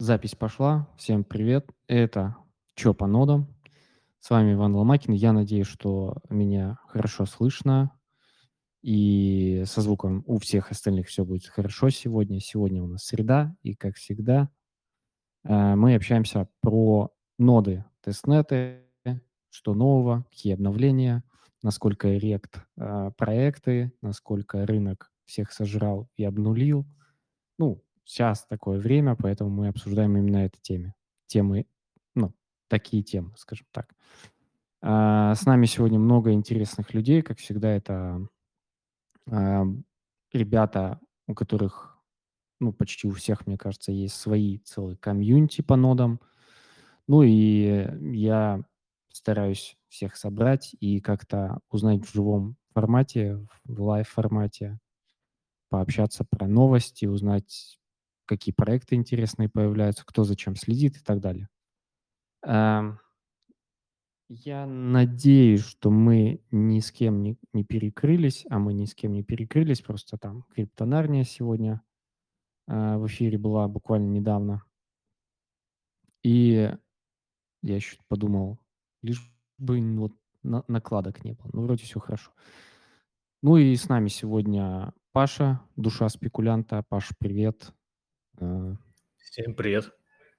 Запись пошла. Всем привет. Это "Чё по нодам?". С вами Иван Ломакин. Я надеюсь, что меня хорошо слышно и со звуком у всех остальных все будет хорошо сегодня. Сегодня у нас среда, и, как всегда, мы общаемся про ноды, тестнеты, что нового, какие обновления, насколько проекты, насколько рынок всех сожрал и обнулил. Ну, сейчас такое время, поэтому мы обсуждаем именно эти темы, ну, такие темы, скажем так. С нами сегодня много интересных людей. Как всегда, это ам, ребята, у которых, ну, почти у всех, мне кажется, есть свои целые комьюнити по нодам. Ну и я стараюсь всех собрать и как-то узнать в живом формате, в лайв-формате, пообщаться про новости, узнать, какие проекты интересные появляются, кто за чем следит и так далее. Ам, я надеюсь, что мы ни с кем не перекрылись, а мы ни с кем не перекрылись, просто там Криптонарния сегодня в эфире была буквально недавно. И я еще подумал, лишь бы вот накладок не было. Ну, вроде все хорошо. Ну и с нами сегодня Паша, душа спекулянта. Паш, привет. Э, Всем привет.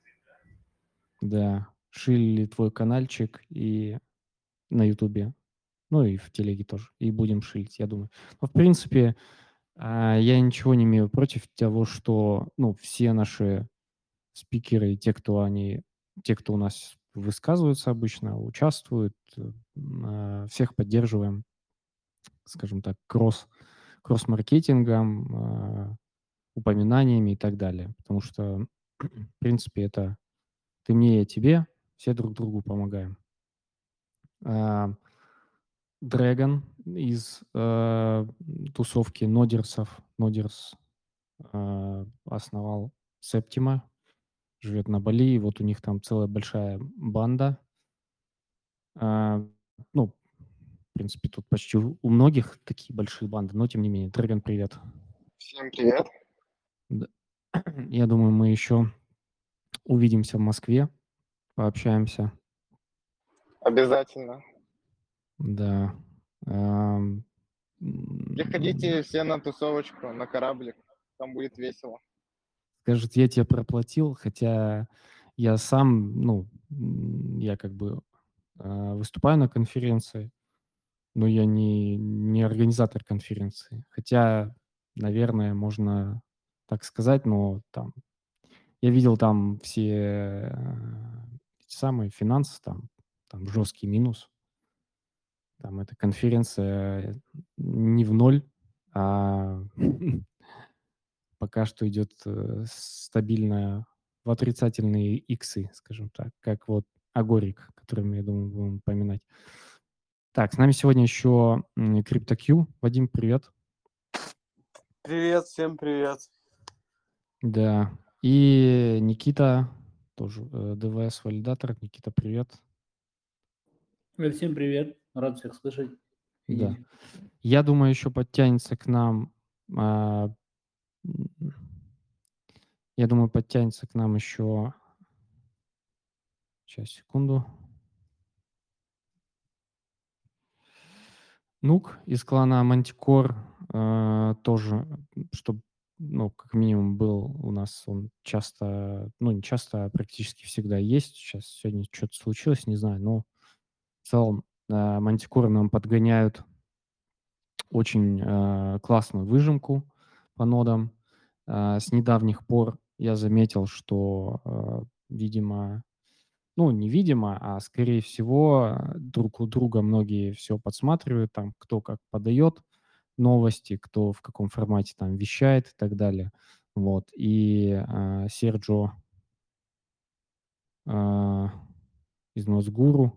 Да, шили твой канальчик и на "Ютубе", ну и в "Телеге" тоже, и будем шилить, я думаю. Но, в принципе, я ничего не имею против того, что, ну, все наши спикеры и те, кто у нас высказываются обычно, участвуют, всех поддерживаем, скажем так, кросс-маркетингом, упоминаниями и так далее. Потому что, в принципе, это ты мне, я тебе, все друг другу помогаем. А Dragon из, тусовки нодерсов. Нодерс, основал Септима, живет на Бали, и вот у них там целая большая банда. А, ну, в принципе, тут почти у многих такие большие банды, но тем не менее. Dragon, привет. Всем привет. Д Я думаю, мы еще увидимся в Москве, пообщаемся. Обязательно. Да. Ам, м, Приходите все на тусовочку, на кораблик. Там будет весело. Скажет: "Я тебе проплатил", хотя я сам, ну, я как бы, выступаю на конференции, но я не организатор конференции. Хотя, наверное, можно так сказать, но там я видел там все, эти самые финансы, там жесткий минус. Там эта конференция не в ноль, а пока что идет, стабильно в отрицательные иксы, скажем так, как вот Агорик, который мы, я думаю, будем упоминать. Так, с нами сегодня еще, CryptoQ. Вадим, привет. Привет, всем привет. Да. И Никита, тоже, ДВС-валидатор. Никита, привет. Всем привет, рад всех слышать, Да. видеть. Я думаю, еще подтянется к нам, а, м, я думаю, подтянется к нам еще. Сейчас, секунду. Нук из клана Мантикор, тоже, чтобы, ну, как минимум был у нас, он часто, ну, не часто, а практически всегда есть. Сейчас сегодня что то случилось, не знаю, но в целом, Мантикоры нам подгоняют очень, классную выжимку по нодам. С недавних пор я заметил, что, видимо, ну, невидимо, а скорее всего, друг у друга многие все подсматривают, там кто как подает новости, кто в каком формате там вещает и так далее. Вот. И, Серджио, а, из Носгуру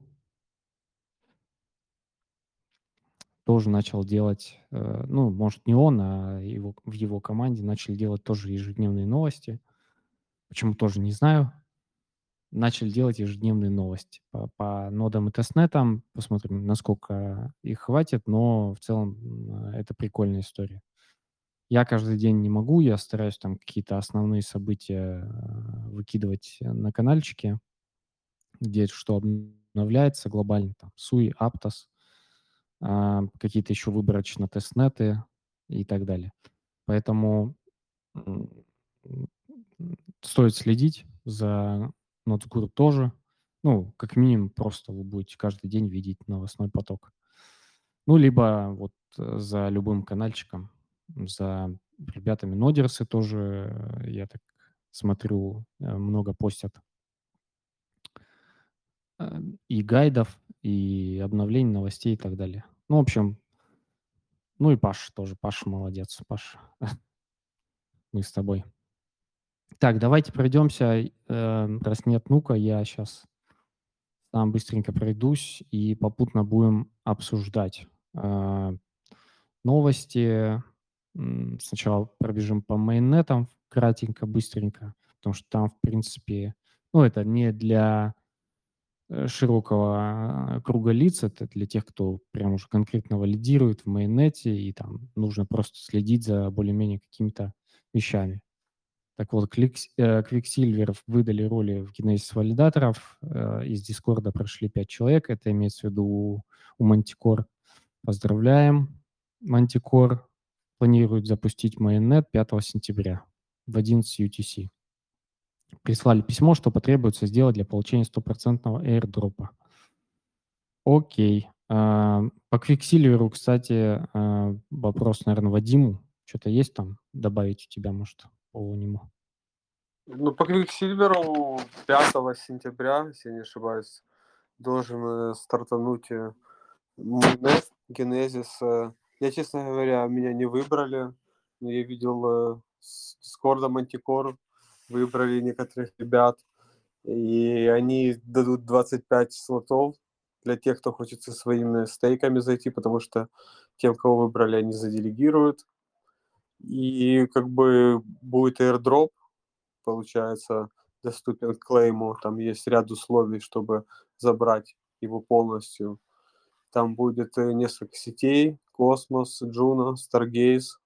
тоже начал делать, ну, может, не он, а в его команде начали делать тоже ежедневные новости. Почему, тоже не знаю. Начали делать ежедневные новости по нодам и тестнетам. Посмотрим, насколько их хватит, но в целом, это прикольная история. Я каждый день не могу, я стараюсь там какие-то основные события выкидывать на канальчике, где что обновляется глобально, там, SUI, Aptos, какие-то еще выборочно тестнеты и так далее. Поэтому м, м, стоит следить за NotesGuru тоже. Ну, как минимум, просто вы будете каждый день видеть новостной поток. Ну, либо вот за любым канальчиком, за ребятами Нодерсы тоже, я так смотрю, много постят и гайдов, и обновлений новостей и так далее. Ну, в общем, ну и Паша тоже. Паша молодец. Паша, мы с тобой. Так, давайте пройдемся. Раз нет нука, я сейчас сам быстренько пройдусь и попутно будем обсуждать новости. Сначала пробежим по мейннетам кратенько, быстренько, потому что там, в принципе, ну, это не для широкого круга лиц, это для тех, кто прям уже конкретно валидирует в мейннете, и там нужно просто следить за более-менее какими-то вещами. Так вот, Quicksilver выдали роли в Genesis валидаторов. Из Дискорда прошли 5 человек. Это имеется в виду у Manticore. Поздравляем. Manticore планирует запустить майонет 5 сентября в 11 UTC. Прислали письмо, что потребуется сделать для получения стопроцентного airdropа. Окей. По Quicksilver, кстати, вопрос, наверное, Вадиму. Что-то есть там добавить у тебя, может, по нему? Ну, по Quicksilver 5 сентября, если я не ошибаюсь, должен стартануть майонет, Genesis. Я, честно говоря, меня не выбрали, но я видел с Discord Manticore выбрали некоторых ребят, и они дадут 25 слотов для тех, кто хочет со своими стейками зайти, потому что тем, кого выбрали, они заделегируют. И как бы будет airdrop, получается, доступен к клейму. Там есть ряд условий, чтобы забрать его полностью. Там будет несколько сетей: Космос, Juno, Stargaze.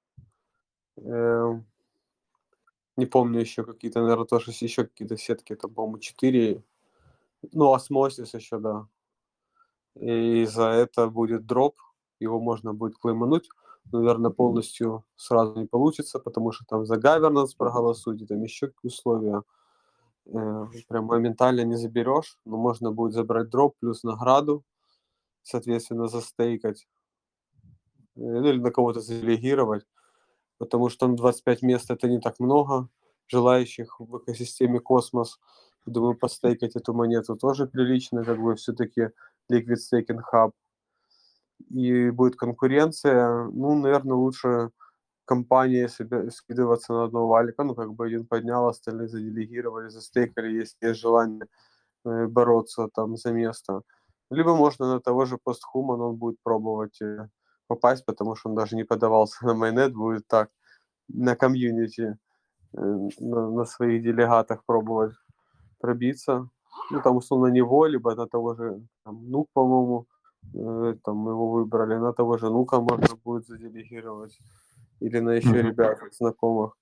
Не помню еще какие-то, наверное, тоже еще какие-то сетки. Там, по-моему, 4. Ну, Осмосис еще, да. И за это будет дроп. Его можно будет клеймануть. Наверное, полностью сразу не получится, потому что там за governance проголосуйте, там еще какие условия. Прям моментально не заберешь, но можно будет забрать дроп плюс награду, соответственно, застейкать. Ну, или на кого-то заделегировать, потому что там 25 мест — это не так много желающих в экосистеме Космос. Думаю, постейкать эту монету тоже прилично, как бы все-таки Liquid Staking Hub. И будет конкуренция. Ну, наверное, лучше компания скидываться на одного валика, ну, как бы один поднял, остальные заделегировали, застейкали, если есть желание бороться там за место. Либо можно на того же постхуман, он будет пробовать попасть, потому что он даже не подавался на майонет, будет так на комьюнити, на своих делегатах пробовать пробиться. Ну, там, условно, него, либо на того же там, Нук, по-моему, там его выбрали, на того же Нука можно будет заделегировать. Или на еще ребят знакомых.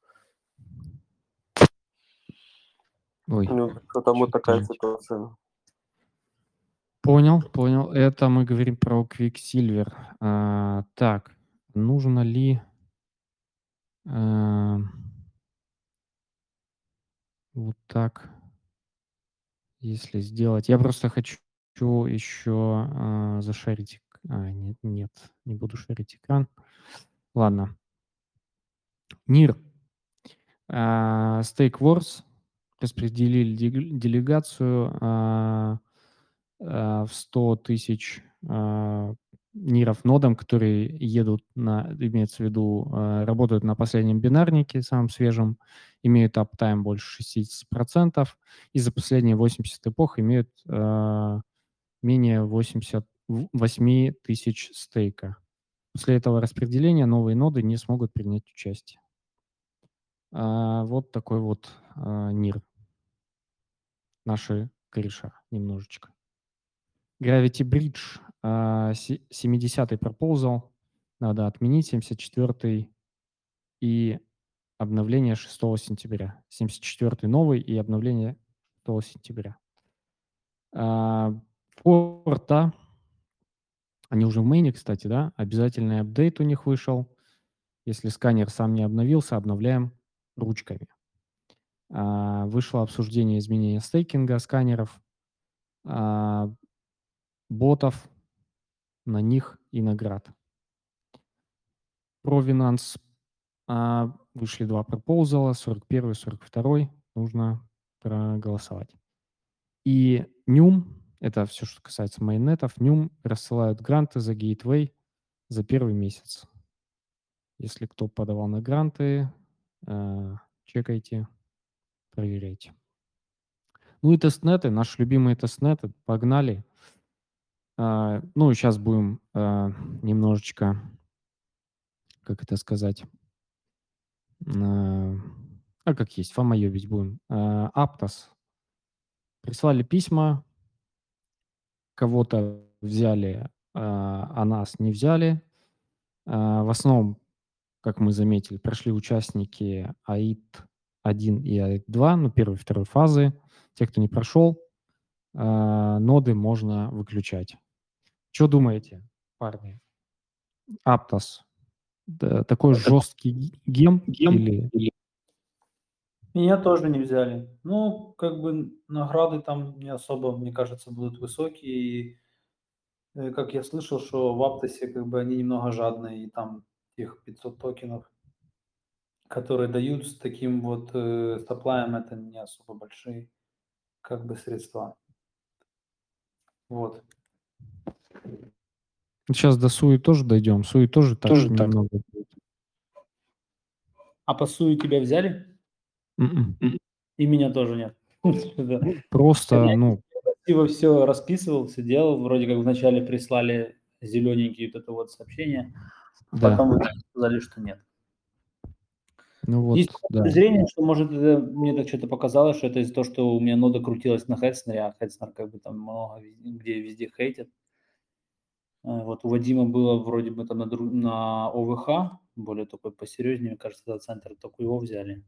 Ой, Ну, потому чё-то такая же. ситуация. Понял, понял. Это мы говорим про Quicksilver. Так, нужно ли вот так, если сделать? Я просто хочу еще зашарить. Нет, не буду шарить экран. Ладно. NIR. Stake Wars распределили делегацию в 100 тысяч ниров нодам, которые едут имеется в виду, работают на последнем бинарнике, самом свежем, имеют аптайм больше 60%, и за последние 80 эпох имеют менее 88 тысяч стейка. После этого распределения новые ноды не смогут принять участие. Вот такой вот NIR. Наши кореша немножечко. Gravity Bridge, 70-й proposal надо отменить, 74-й и обновление 6 сентября. 74 новый и обновление 6 сентября. Порта, они уже в мейне, кстати, да, обязательный апдейт у них вышел. Если сканер сам не обновился, обновляем ручками. Вышло обсуждение изменения стейкинга сканеров, ботов, на них и наград. Provenance вышли 2 пропозала, 41 и 42. Нужно проголосовать. И Num, это все, что касается майонетов, Num рассылают гранты за Gateway за первый месяц. Если кто подавал на гранты, чекайте, проверяйте. Ну и тестнеты, наши любимые тестнеты, погнали. Ну и сейчас будем немножечко, как это сказать, как есть, фомоебить будем. Aptos прислали письма, кого-то взяли, а нас не взяли. В основном, как мы заметили, прошли участники АИТ-1 и АИТ-2, ну, первой и второй фазы. Те, кто не прошел, ноды можно выключать. Что думаете, парни? Aptos такой жесткий гем или... Меня тоже не взяли. Ну, как бы награды там не особо, мне кажется, будут высокие. И, как я слышал, что в Аптосе как бы они немного жадные, и там тех 500 токенов, которые дают с таким вот саплаем, это не особо большие как бы средства. Вот. Сейчас до Суи тоже дойдем. Суи тоже так немного. А по Суи тебя взяли? Мгм. И меня тоже нет. Да. Просто, Я ну, красиво все расписывал, все делал. Вроде как вначале прислали зелененькие вот это вот сообщение, да. потом вы сказали, что нет. Ну вот, Есть да. подозрение, что, может, это, мне так что-то показалось, что это из-за того, что у меня нода крутилась на Хедснере, а Хедснер как бы там много где везде хейтят. Вот у Вадима было вроде бы там на ОВХ, более такой посерьезнее, мне кажется, этот центр, только его взяли.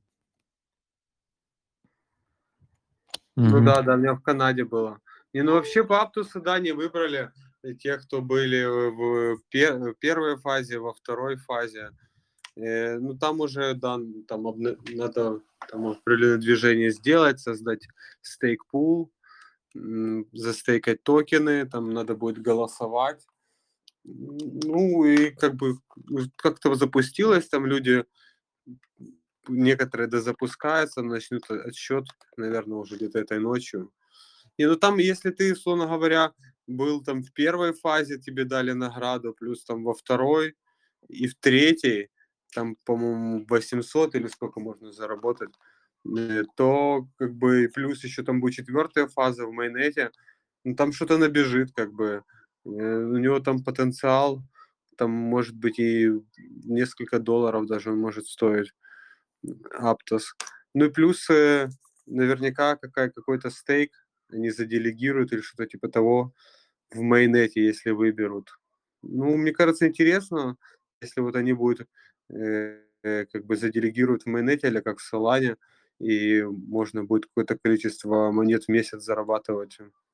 Ну Мгм. да, у меня в Канаде было. И ну вообще по Аптусу, да, не выбрали тех, кто были в первой фазе, во второй фазе. Ну там уже, да, там надо там определенное движение сделать, создать стейк-пул, застейкать токены, там надо будет голосовать. Ну и как бы как-то запустилось, там люди некоторые дозапускаются, начнут отсчет, наверное, уже где-то этой ночью. И ну там, если ты, условно говоря, был там в первой фазе, тебе дали награду, плюс там во второй и в третьей, там, по-моему, 800 или сколько можно заработать, то как бы плюс еще там будет четвертая фаза в майонете, ну там что-то набежит, как бы. У него там потенциал, там может быть и несколько долларов даже он может стоить. Aptos. Ну и плюс наверняка какой-то стейк они заделегируют или что-то типа того в майонете, если выберут. Ну, мне кажется, интересно, если вот они будут как бы заделегируют в майонете или как в Solana, и можно будет какое-то количество монет в месяц зарабатывать.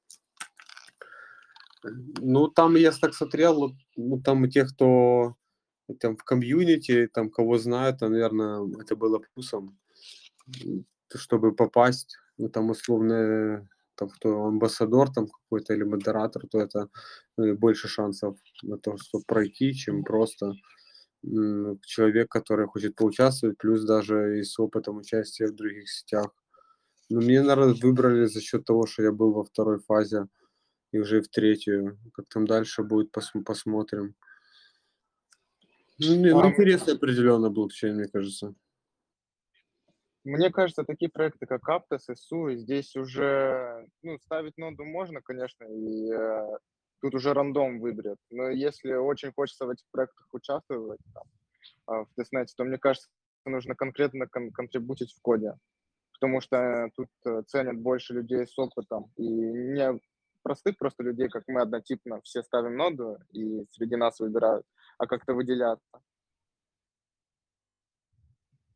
Ну, там я так смотрел, ну, там у тех, кто там в комьюнити, там кого знают, то, наверное, это было плюсом, чтобы попасть, ну, там условно, там кто амбассадор там какой-то или модератор, то это больше шансов на то, чтобы пройти, чем просто человек, который хочет поучаствовать, плюс даже и с опытом участия в других сетях. Но мне, наверное, выбрали за счет того, что я был во второй фазе и уже в третью. Как там дальше будет, посмотрим. Ну, интересный определенно блокчейн, мне кажется. Мне кажется, такие проекты, как Aptos и Sui, здесь уже, ну, ставить ноду можно, конечно, и тут уже рандом выберет. Но если очень хочется в этих проектах участвовать, там, в тестнете, то, мне кажется, нужно конкретно контрибутить в коде, потому что тут ценят больше людей с опытом, и не простых просто людей, как мы, однотипно все ставим ноду, и среди нас выбирают, а как-то выделяться.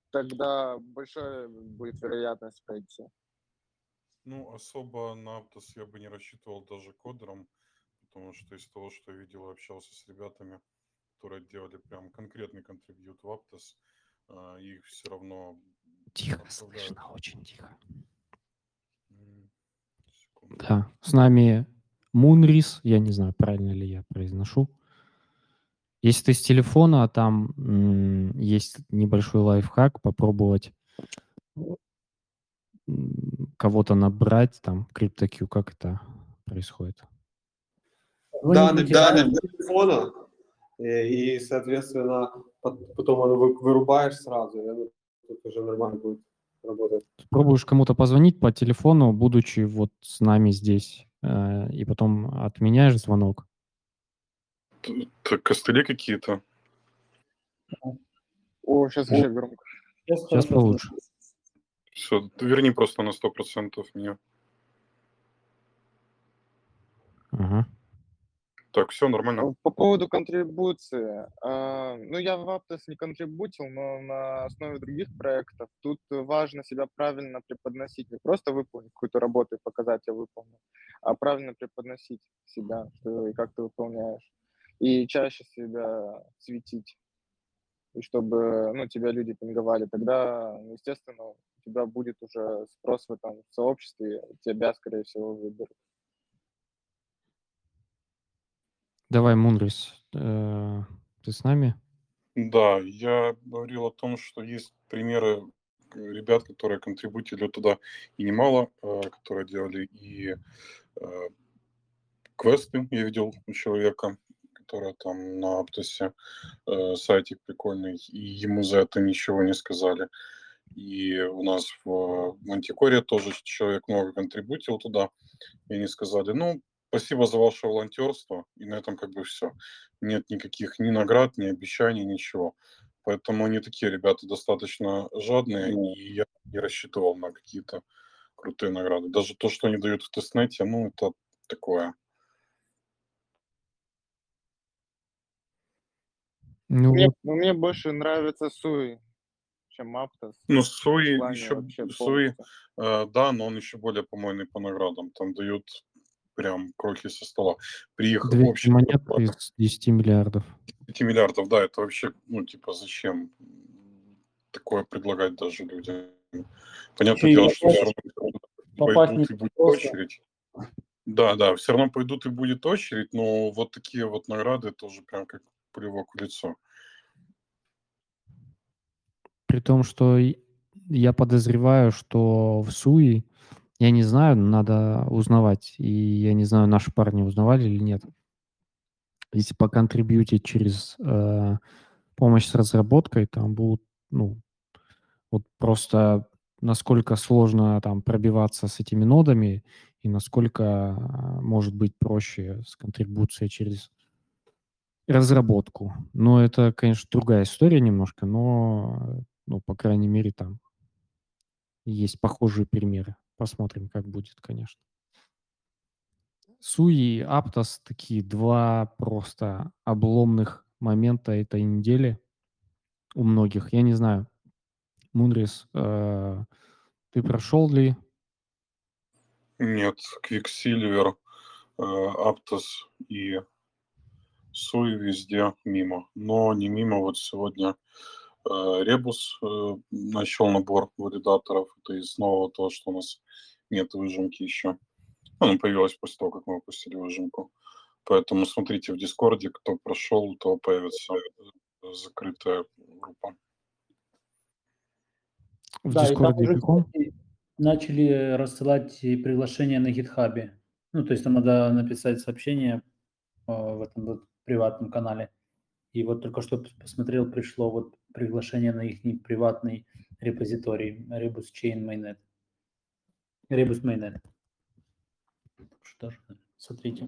тогда большая будет вероятность пройти. Ну, особо на Aptos я бы не рассчитывал даже кодером, потому что из того, что я видел и общался с ребятами, которые делали прям конкретный контрибьют в Aptos, их все равно Тихо, отправляют. слышно, очень тихо. Секунду. Да, с нами Мунрис, я не знаю, правильно ли я произношу. Если ты с телефона, там есть небольшой лайфхак, попробовать кого-то набрать, там, CryptoQ, как это происходит? Да, Звоните набираешь с телефона, и, соответственно, потом оно вырубаешь сразу, и оно тут уже нормально будет работать. Пробуешь кому-то позвонить по телефону, будучи вот с нами здесь, и потом отменяешь звонок. Так костыли какие-то? О, сейчас вообще громко. Сейчас Сейчас хорошо получше. слышно. Все, верни просто на 100% меня. Ага. Так, все нормально. По поводу контрибуции. Ну, я в Aptos не контрибутил, но на основе других проектов тут важно себя правильно преподносить. Не просто выполнить какую-то работу и показать, я выполнил, а правильно преподносить себя, что и как ты выполняешь. И чаще себя светить, и чтобы, ну, тебя люди пинговали. Тогда, естественно, у тебя будет уже спрос в этом сообществе, и тебя, скорее всего, выберут. Давай, Мунрис, ты с нами? Да, я говорил о том, что есть примеры ребят, которые контрибутили туда и немало, которые делали и квесты. Я видел у человека, который там на Аптосе сайтик прикольный, и ему за это ничего не сказали. И у нас в Мантикоре тоже человек много контрибутил туда, и они сказали, ну, спасибо за ваше волонтерство, и на этом как бы все. Нет никаких ни наград, ни обещаний, ничего. Поэтому они такие ребята достаточно жадные, и я не рассчитывал на какие-то крутые награды. Даже то, что они дают в тестнете, ну, это такое. Ну Мне, вот, мне больше нравится Суи, чем Aptos. Ну, В Суи плане еще, вообще Суи, полностью. да, но он еще более помойный по наградам. Там дают прям крохи со стола. При их 200 общем монет из 10 миллиардов. 5 миллиардов, да, это вообще, ну, типа, зачем такое предлагать даже людям? Понятное Еще и дело, что все попасть, равно попасть не пойдут и будет просто. очередь. Да, да, все равно пойдут и будет очередь, но вот такие вот награды тоже прям как плевок в лицо. При том, что я подозреваю, что в Суи, я не знаю, надо узнавать, и я не знаю, наши парни узнавали или нет. Если поконтрибьютить через помощь с разработкой, там будут, ну, вот просто насколько сложно там пробиваться с этими нодами и насколько может быть проще с контрибуцией через разработку. Но это, конечно, другая история немножко, но, ну, по крайней мере, там есть похожие примеры. Посмотрим, как будет, конечно. Суи и Аптос — такие два просто обломных момента этой недели у многих. Я не знаю, Мунрис, ты прошел ли? Нет, Quicksilver, Aptos и Суи везде мимо. Но не мимо вот сегодня Ребус начал набор валидаторов. Это из нового того, что у нас нет выжимки еще. Она появилась после того, как мы выпустили выжимку. Поэтому смотрите в Дискорде, кто прошел, то появится закрытая группа. В Да, и там Дискорде уже, каком? кстати, начали рассылать и приглашения на гитхабе. Ну, то есть там надо написать сообщение в этом вот приватном канале. И вот только что посмотрел, пришло вот приглашение на их приватный репозиторий Rebus Chain Mainnet. Rebus Mainnet. Что ж, смотрите.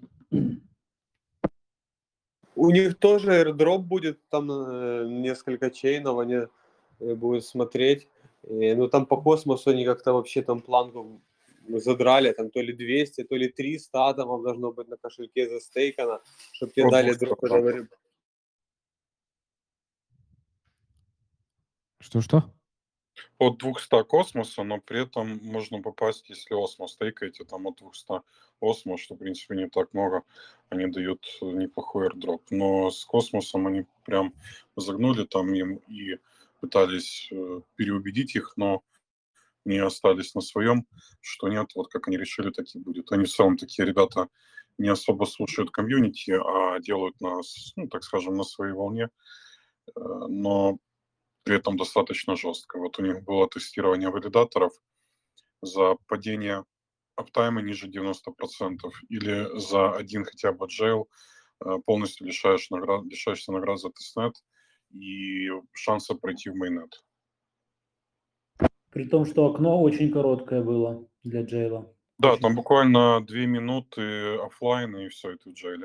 У них тоже airdrop будет, там несколько чейнов, они будут смотреть. Ну там по космосу они как-то вообще там планку задрали, там то ли 200, то ли 300 атомов должно быть на кошельке застейкано, чтобы тебе От дали 200, дроп да. этого ребята. Что-что? От 200 космоса, но при этом можно попасть, если осмос тейкаете, там от 200 осмос, что, в принципе, не так много, они дают неплохой airdrop. Но с космосом они прям загнули там им и пытались переубедить их, но не остались на своем, что нет, вот как они решили, так и будет. Они в целом такие ребята не особо слушают комьюнити, а делают нас, ну, так скажем, на своей волне, но при этом достаточно жестко. Вот у них было тестирование валидаторов за падение аптайма ниже 90% или за один хотя бы джейл полностью лишаешься наград за тестнет и шанса пройти в мейнет. При том, что окно очень короткое было для джейла. Да, Очень там буквально 2 минуты оффлайн и все, это в джейле.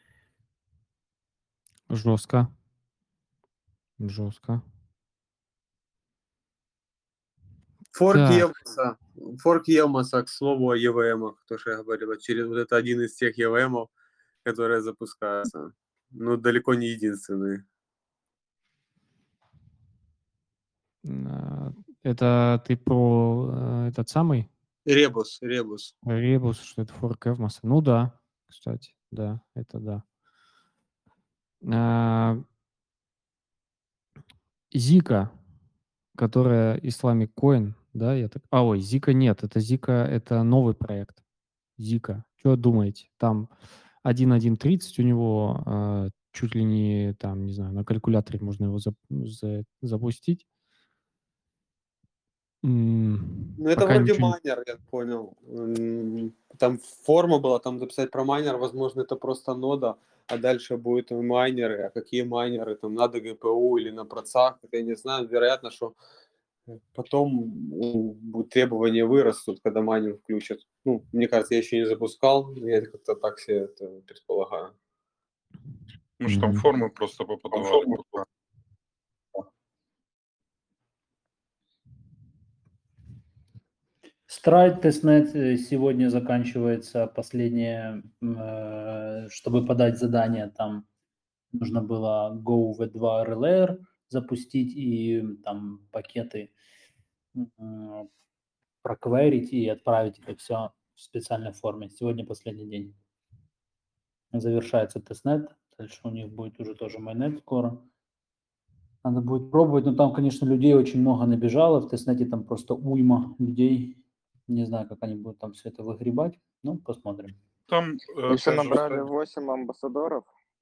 Жестко. Жестко. Форк Так. Елмаса. Форк Елмаса, к слову, о EVM, то, что я говорил. Вот это один из тех EVM, которые запускаются. Ну, далеко не единственный. Это ты про этот самый Ребус. Ребус, что это форк Эвмоса? Ну да, кстати, да, это да. Зика, которая Islamic Coin, да, я так... ой, Зика нет, это Зика, это новый проект. Зика. Что думаете? Там 1.1.30 у него чуть ли не, там, не знаю, на калькуляторе можно его запустить. Ну, это Пока вроде ничего не... майнер, я понял. Там форма была, там записать про майнер, возможно, это просто нода, а дальше будут майнеры. А какие майнеры? Там надо ГПУ или на процах, это я не знаю. Вероятно, что потом требования вырастут, когда майнинг включат. Ну, мне кажется, я еще не запускал, но я как-то так себе это предполагаю. Ну что там формы просто поподавали пока. Страйт тестнет сегодня заканчивается. Последнее, чтобы подать задание, там нужно было Go V2 Relayer запустить и там пакеты прокварить и отправить это все в специальной форме. Сегодня последний день. Завершается тестнет. Дальше у них будет уже тоже майнет скоро. Надо будет пробовать, но там, конечно, людей очень много набежало. В тестнете там просто уйма людей. Не знаю, как они будут там все это выгребать. Ну, посмотрим. Там, Еще опять же, набрали 8 амбассадоров.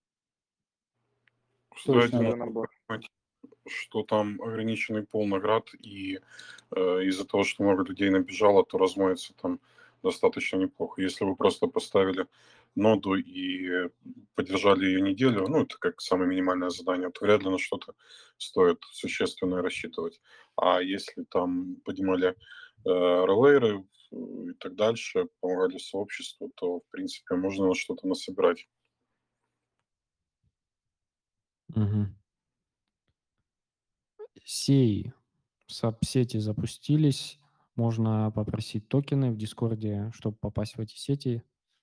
стоит Точно, да. набор. понимать, что там ограниченный пол наград, и из-за того, что много людей набежало, то размоется там достаточно неплохо. Если вы просто поставили ноду и поддержали ее неделю, ну, это как самое минимальное задание, то вряд ли на что-то стоит существенно рассчитывать. А если там поднимали релейры и так дальше, помогали сообществу, то, в принципе, можно на что-то насобирать. Сеи, сабсети запустились. Можно попросить токены в Дискорде, чтобы попасть в эти сети.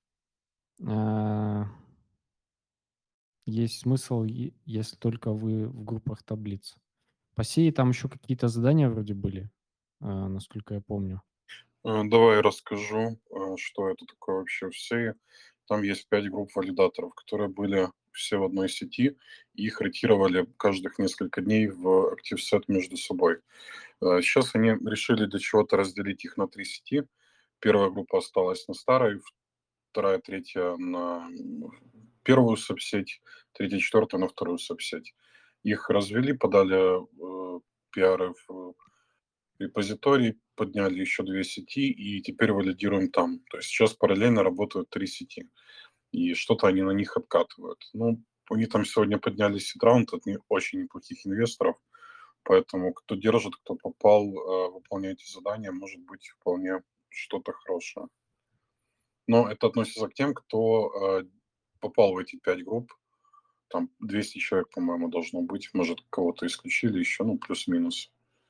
Есть смысл, если только вы в группах таблиц. По сеи там еще какие-то задания вроде были, насколько я помню. Давай расскажу, что это такое вообще в SEI. Там есть 5 групп валидаторов, которые были все в одной сети, и их ротировали каждых несколько дней в ActiveSet между собой. Сейчас они решили для чего-то разделить их на 3 сети. Первая группа осталась на старой, вторая, третья на первую сабсеть, третья, четвертая на вторую сабсеть. Их развели, подали пиары в репозиторий, подняли еще 2 сети и теперь валидируем там. То есть сейчас параллельно работают 3 сети. И что-то они на них откатывают. Ну, они там сегодня подняли сид-раунд от очень неплохих инвесторов. Поэтому кто держит, кто попал, выполняйте задания, может быть вполне что-то хорошее. Но это относится к тем, кто попал в эти 5 групп. Там 200 человек, по-моему, должно быть. Может, кого-то исключили еще, ну, плюс-минус.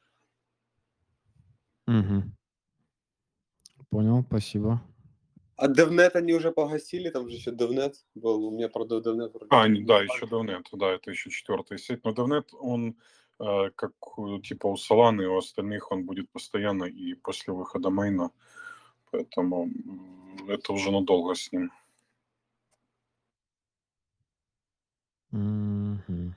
Понял, спасибо. А DevNet они уже погасили, там же еще DevNet был, у меня про DevNet вроде. Да, еще DevNet, да, это еще 4-я сеть. Но DevNet, он как типа у Solana и у остальных он будет постоянно и после выхода мейна. Поэтому это уже надолго с ним. Мгм.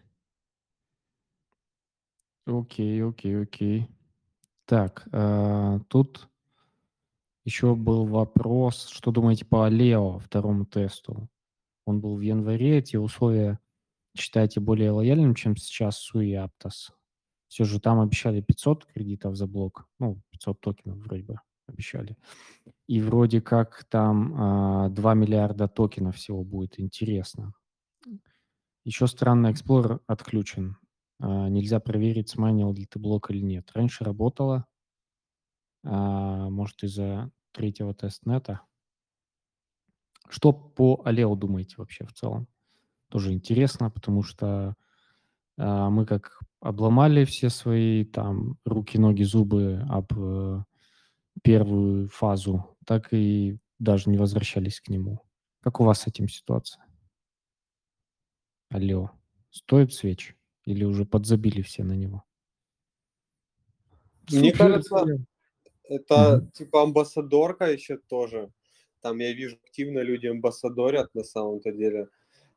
Окей. Так, тут еще был вопрос, что думаете по Алео, второму тесту? Он был в январе, эти условия считаете более лояльным, чем сейчас Суи и Аптос? Все же там обещали 500 кредитов за блок, 500 токенов вроде бы обещали. И вроде как там 2 миллиарда токенов всего будет, интересно. Еще странно, Explorer отключен. Нельзя проверить, смайнил ли ты блок или нет. Раньше работало, может, из-за третьего тестнета. Что по Aleo думаете вообще в целом? Тоже интересно, потому что мы как обломали все свои там руки, ноги, зубы об первую фазу, так и даже не возвращались к нему. Как у вас с этим ситуация? Алло, стоит свеч? Или уже подзабили все на него? Мне Супер. кажется, это типа амбассадорка еще тоже. Там я вижу, активно люди амбассадорят на самом-то деле.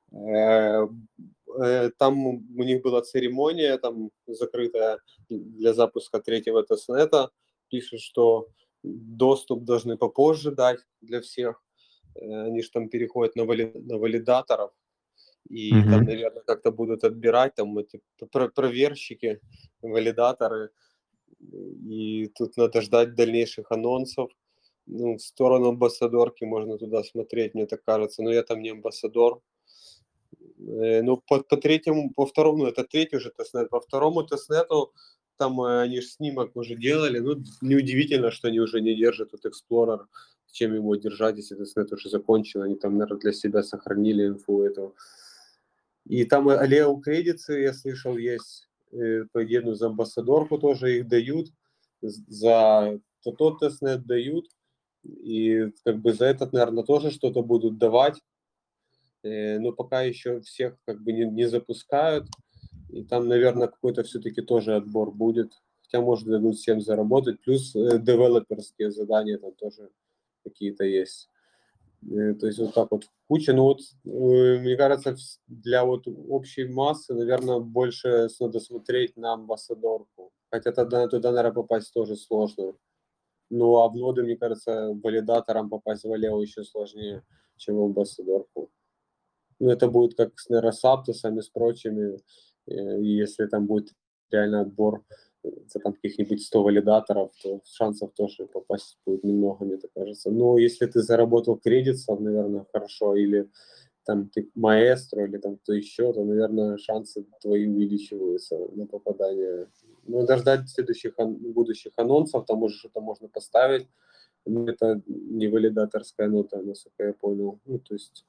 Там у них была церемония там закрытая для запуска третьего тестнета. Пишут, что доступ должны попозже дать для всех. Они же там переходят на валидаторов. И там, наверное, как-то будут отбирать там эти проверщики, валидаторы. И тут надо ждать дальнейших анонсов. Ну, в сторону амбассадорки можно туда смотреть, мне так кажется. Но я там не амбассадор. Ну, по третьему, по второму, это третий уже тестнет. По второму тестнету там они же снимок уже делали. Ну, неудивительно, что они уже не держат тут Explorer. Чем его держать, если тестнет уже закончил. Они там, наверное, для себя сохранили инфу эту. И там Aleo кредиты, я слышал, есть. По едину за амбассадорку тоже их дают. За тот тестнет дают. И как бы за этот, наверное, тоже что-то будут давать. Но пока еще всех как бы не запускают. И там, наверное, какой-то все-таки тоже отбор будет. Хотя, может, дадут всем заработать. Плюс девелоперские задания там тоже какие-то есть. То есть вот так вот куча. Ну вот, мне кажется, для вот общей массы, наверное, больше надо смотреть на амбассадорку. Хотя туда, наверное, попасть тоже сложно. Ну, а в ноды, мне кажется, валидаторам попасть в Aleo еще сложнее, чем в амбассадорку. Ну, это будет как с нейросаптусами, с прочими. И если там будет реально отбор за там каких-нибудь 100 валидаторов, то шансов тоже попасть будет немного, мне так кажется. Но если ты заработал кредитов, наверное, хорошо, или там ты маэстро, или там кто еще, то, наверное, шансы твои увеличиваются на попадание. Ну, дождать следующих будущих анонсов, там уже что-то можно поставить. Но это не валидаторская нота, насколько я понял. Ну, то есть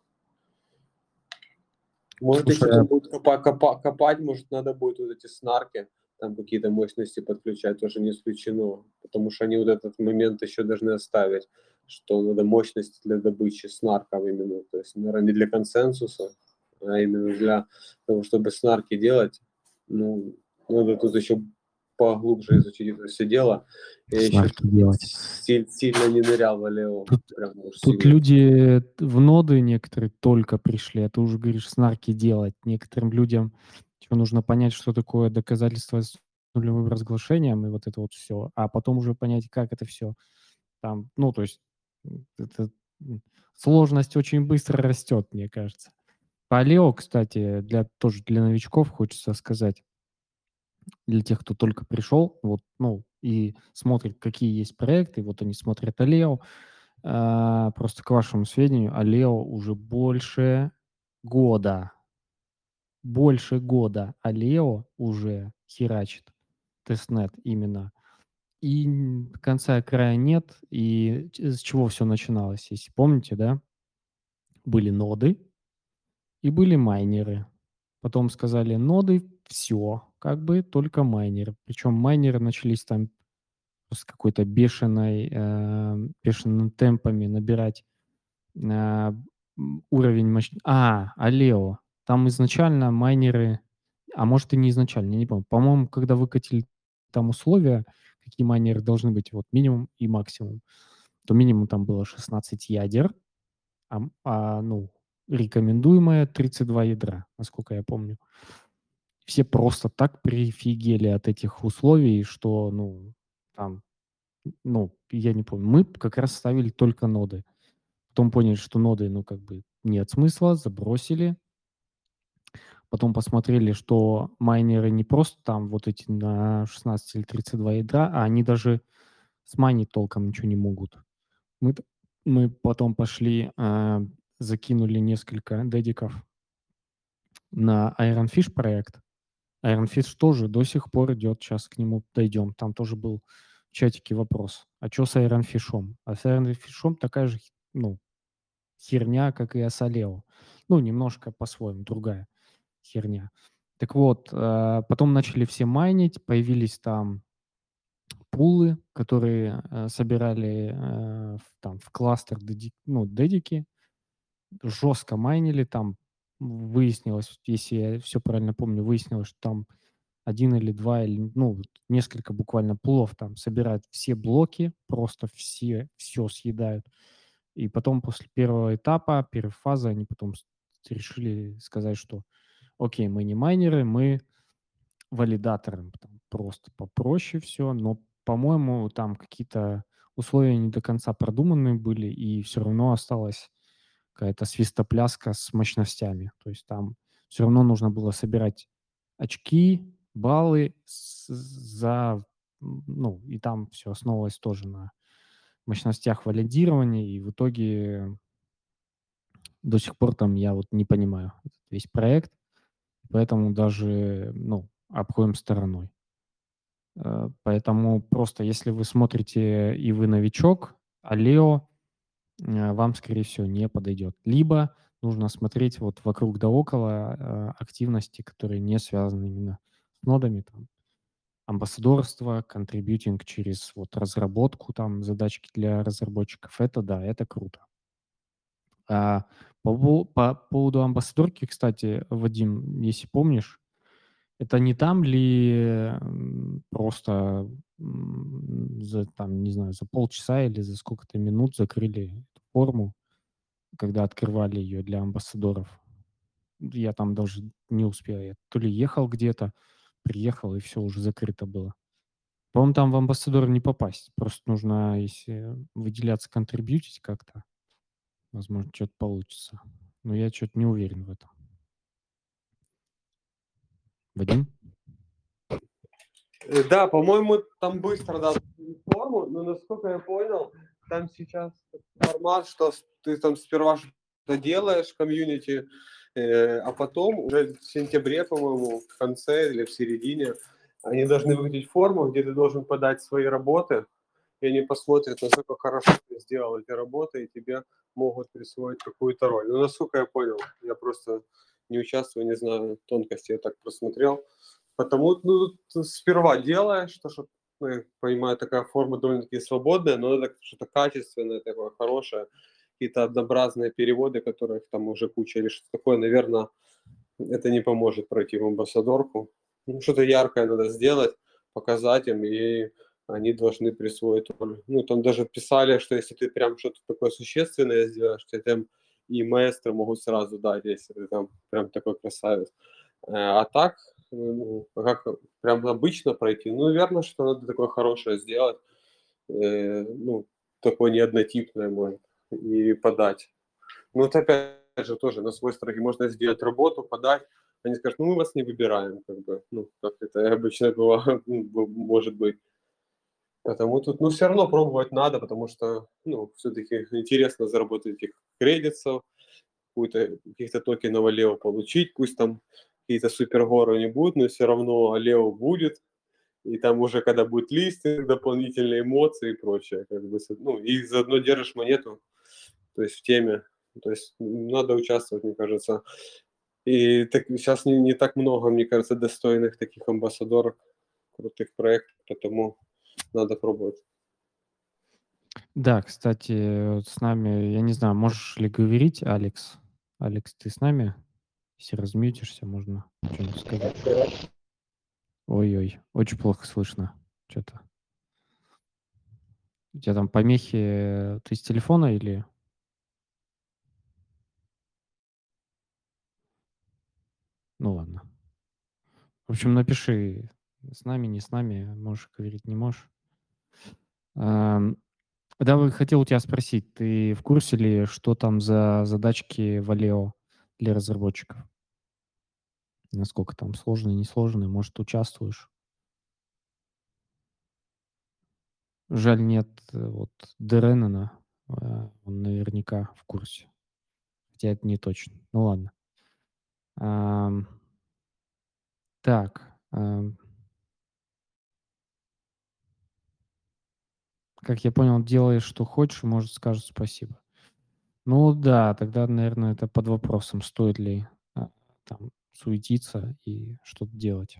может, еще Слушай, там будет копать, может, надо будет вот эти снарки, там какие-то мощности подключать, тоже не исключено, потому что они вот этот момент еще должны оставить, что надо мощности для добычи снарков именно, то есть, наверное, не для консенсуса, а именно для того, чтобы снарки делать, ну, надо тут еще поглубже изучить это все дело. Я еще снарки делать. сильно не нырял в Алео, прям уж Тут сильно. люди в ноды некоторые только пришли, а ты уже говоришь снарки делать. Некоторым людям нужно понять, что такое доказательство с нулевым разглашением и вот это вот все, а потом уже понять, как это все там, то есть это сложность очень быстро растет, мне кажется. По Алео, кстати, тоже для новичков хочется сказать, для тех, кто только пришел, вот, и смотрит, какие есть проекты, вот они смотрят Алео. Просто к вашему сведению, Алео уже года, больше года Алео уже херачит тестнет именно. И конца и края нет. И с чего все начиналось, если помните, да? Были ноды и были майнеры. Потом сказали, ноды все, как бы только майнеры. Причем майнеры начались там с какой-то бешеными темпами набирать уровень мощности. Алео. Там изначально майнеры А может, и не изначально, я не помню. По-моему, когда выкатили там условия, какие майнеры должны быть, вот минимум и максимум, то минимум там было 16 ядер, ну, рекомендуемое 32 ядра, насколько я помню. Все просто так прифигели от этих условий, что, ну, там, ну, я не помню. Мы как раз ставили только ноды. Потом поняли, что ноды, ну, как бы нет смысла, забросили. Потом посмотрели, что майнеры не просто там вот эти на 16 или 32 ядра, а они даже смайнить толком ничего не могут. Мы, мы потом пошли, закинули несколько дедиков на Iron Fish проект. Iron Fish тоже до сих пор идет, сейчас к нему дойдем. Там тоже был в чатике вопрос, а что с Iron Fish'ом? А с Iron Fish'ом такая же, ну, херня, как и Асалео. Ну, немножко по-своему, другая херня. Так вот, потом начали все майнить, появились там пулы, которые собирали в кластер дедики, жестко майнили, там выяснилось, если я все правильно помню, выяснилось, что там один или два, или, ну, вот несколько буквально пулов там собирают все блоки, просто все съедают. И потом после первого этапа, первой фазы, они потом решили сказать, что окей, мы не майнеры, мы валидаторы. Там просто попроще все, но, по-моему, там какие-то условия не до конца продуманные были, и все равно осталась какая-то свистопляска с мощностями. То есть там все равно нужно было собирать очки, баллы ну, и там все основывалось тоже на мощностях валидирования, и в итоге до сих пор там я вот не понимаю этот весь проект, поэтому даже, ну, обходим стороной. Поэтому просто если вы смотрите и вы новичок, Алео вам, скорее всего, не подойдет. Либо нужно смотреть вот вокруг да около активности, которые не связаны именно с нодами, там, амбассадорство, контрибьютинг через вот разработку, там, задачки для разработчиков. Это да, это круто. По поводу амбассадорки, кстати, Вадим, если помнишь, это не там ли просто за, там, не знаю, за полчаса или за сколько-то минут закрыли эту форму, когда открывали ее для амбассадоров? Я там даже не успел. Я то ли ехал где-то, приехал, и все уже закрыто было. По-моему, там в амбассадор не попасть. Просто нужно, если выделяться, контрибьютить как-то, возможно, что-то получится. Но я что-то не уверен в этом. Вадим? Да, по-моему, там быстро дадут форму, но насколько я понял, там сейчас формат, что ты там сперва что-то делаешь в комьюнити, а потом уже в сентябре, по-моему, в конце или в середине, они должны выкатить форму, где ты должен подать свои работы, и они посмотрят, насколько хорошо ты сделал эти работы, и тебе могут присвоить какую-то роль. Ну, насколько я понял, я просто не участвую, не знаю тонкости, я так просмотрел. Потому, ну, ты сперва делаешь, что, ну, я понимаю, такая форма довольно-таки свободная, но это что-то качественное, такое хорошее, какие-то однообразные переводы, которых там уже куча или что-то такое, наверное, это не поможет пройти в амбассадорку. Ну, что-то яркое надо сделать, показать им, и они должны присвоить роль. Ну, там даже писали, что если ты прям что-то такое существенное сделаешь, то там и маэстро могут сразу дать, если ты там прям такой красавец. А так, ну, как прям обычно пройти, ну, верно, что надо такое хорошее сделать, ну, такое не однотипное, может, и подать. Ну, вот опять же тоже на свой страх можно сделать работу, подать, они скажут, ну, мы вас не выбираем, как бы, ну, как это обычно бывает, может быть. Потому тут, ну, все равно пробовать надо, потому что, ну, все-таки интересно заработать этих кредитов, каких-то токенов Алео получить, пусть там какие-то супергоры не будут, но все равно Алео будет, и там уже когда будет листинг, дополнительные эмоции и прочее, как бы, ну, и заодно держишь монету, то есть в теме, то есть надо участвовать, мне кажется. И так, сейчас не так много, мне кажется, достойных таких амбассадоров, крутых проектов, потому надо пробовать. Да, кстати, вот с нами, я не знаю, можешь ли говорить, Алекс? Алекс, ты с нами Если размьютишься, можно что-нибудь сказать. Ой-ой, очень плохо слышно. Что-то. У тебя там помехи, ты с телефона или... Ну ладно. В общем, напиши, с нами, не с нами, можешь говорить, не можешь. Хотел у тебя спросить, ты в курсе ли, что там за задачки в Aleo для разработчиков? Насколько там сложные, несложные, может, участвуешь? Жаль, нет вот Деренена, он наверняка в курсе, хотя это не точно. Ну ладно. Ам, так, как я понял, делаешь, что хочешь, и, может, скажут спасибо. Ну да, тогда, наверное, это под вопросом, стоит ли там суетиться и что-то делать.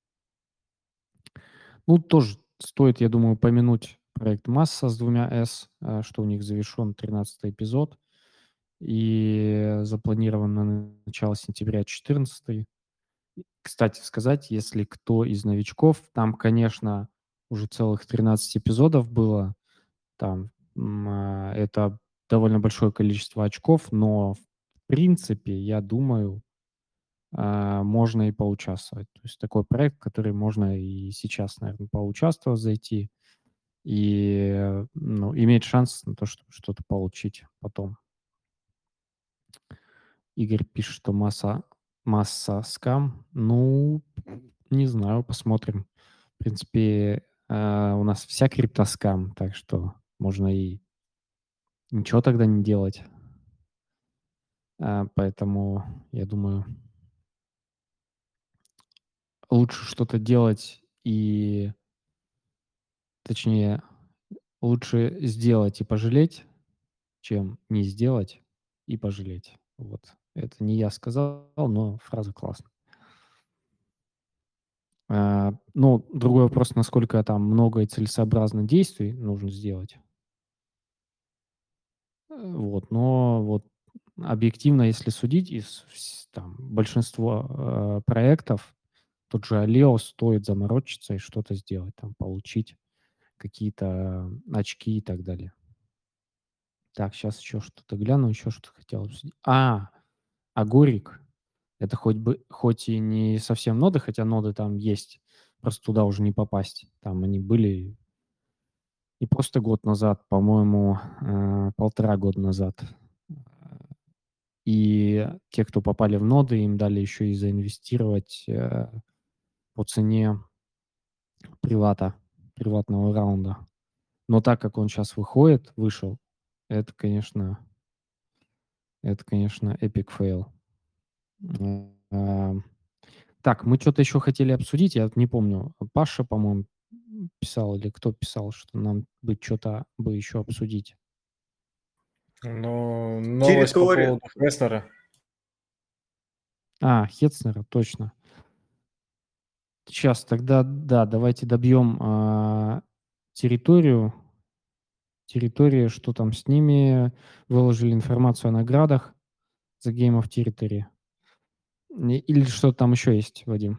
Ну, тоже стоит, я думаю, упомянуть проект «Масса» с 2 «С», что у них завершен 13-й эпизод и запланирован на начало сентября 14-й. Кстати сказать, если кто из новичков, там, конечно, уже целых 13 эпизодов было, там это довольно большое количество очков, но в принципе, я думаю, можно и поучаствовать. То есть такой проект, который можно и сейчас, наверное, поучаствовать, зайти и, ну, иметь шанс на то, чтобы что-то получить потом. Игорь пишет, что масса скам. Ну, не знаю, посмотрим. В принципе, у нас вся крипта скам, так что можно и ничего тогда не делать. Поэтому, я думаю, лучше что-то делать и, точнее, лучше сделать и пожалеть, чем не сделать и пожалеть. Вот. Это не я сказал, но фраза классная. Ну, другой вопрос, насколько там много и целесообразно действий нужно сделать. Вот, но вот объективно, если судить, там большинство проектов, тот же Aleo стоит заморочиться и что-то сделать, там получить какие-то очки и так далее. Так, сейчас еще что-то гляну, еще что-то хотел обсудить. Агурик. Это хоть и не совсем ноды, хотя ноды там есть, просто туда уже не попасть. Там они были не просто год назад, по-моему, 1,5 года назад. И те, кто попали в ноды, им дали еще и заинвестировать по цене приватного раунда. Но так как он сейчас вышел, это, конечно, epic fail. Так, мы что-то еще хотели обсудить, я вот не помню. Паша, по-моему, писал или кто писал, что нам бы что-то бы еще обсудить. Ну, новость по Территория. поводу Хеснера. Хетцнера, точно. Сейчас тогда, да, давайте добьем территорию. Территория, что там с ними. Выложили информацию о наградах за Game of Territory. Или что там еще есть, Вадим?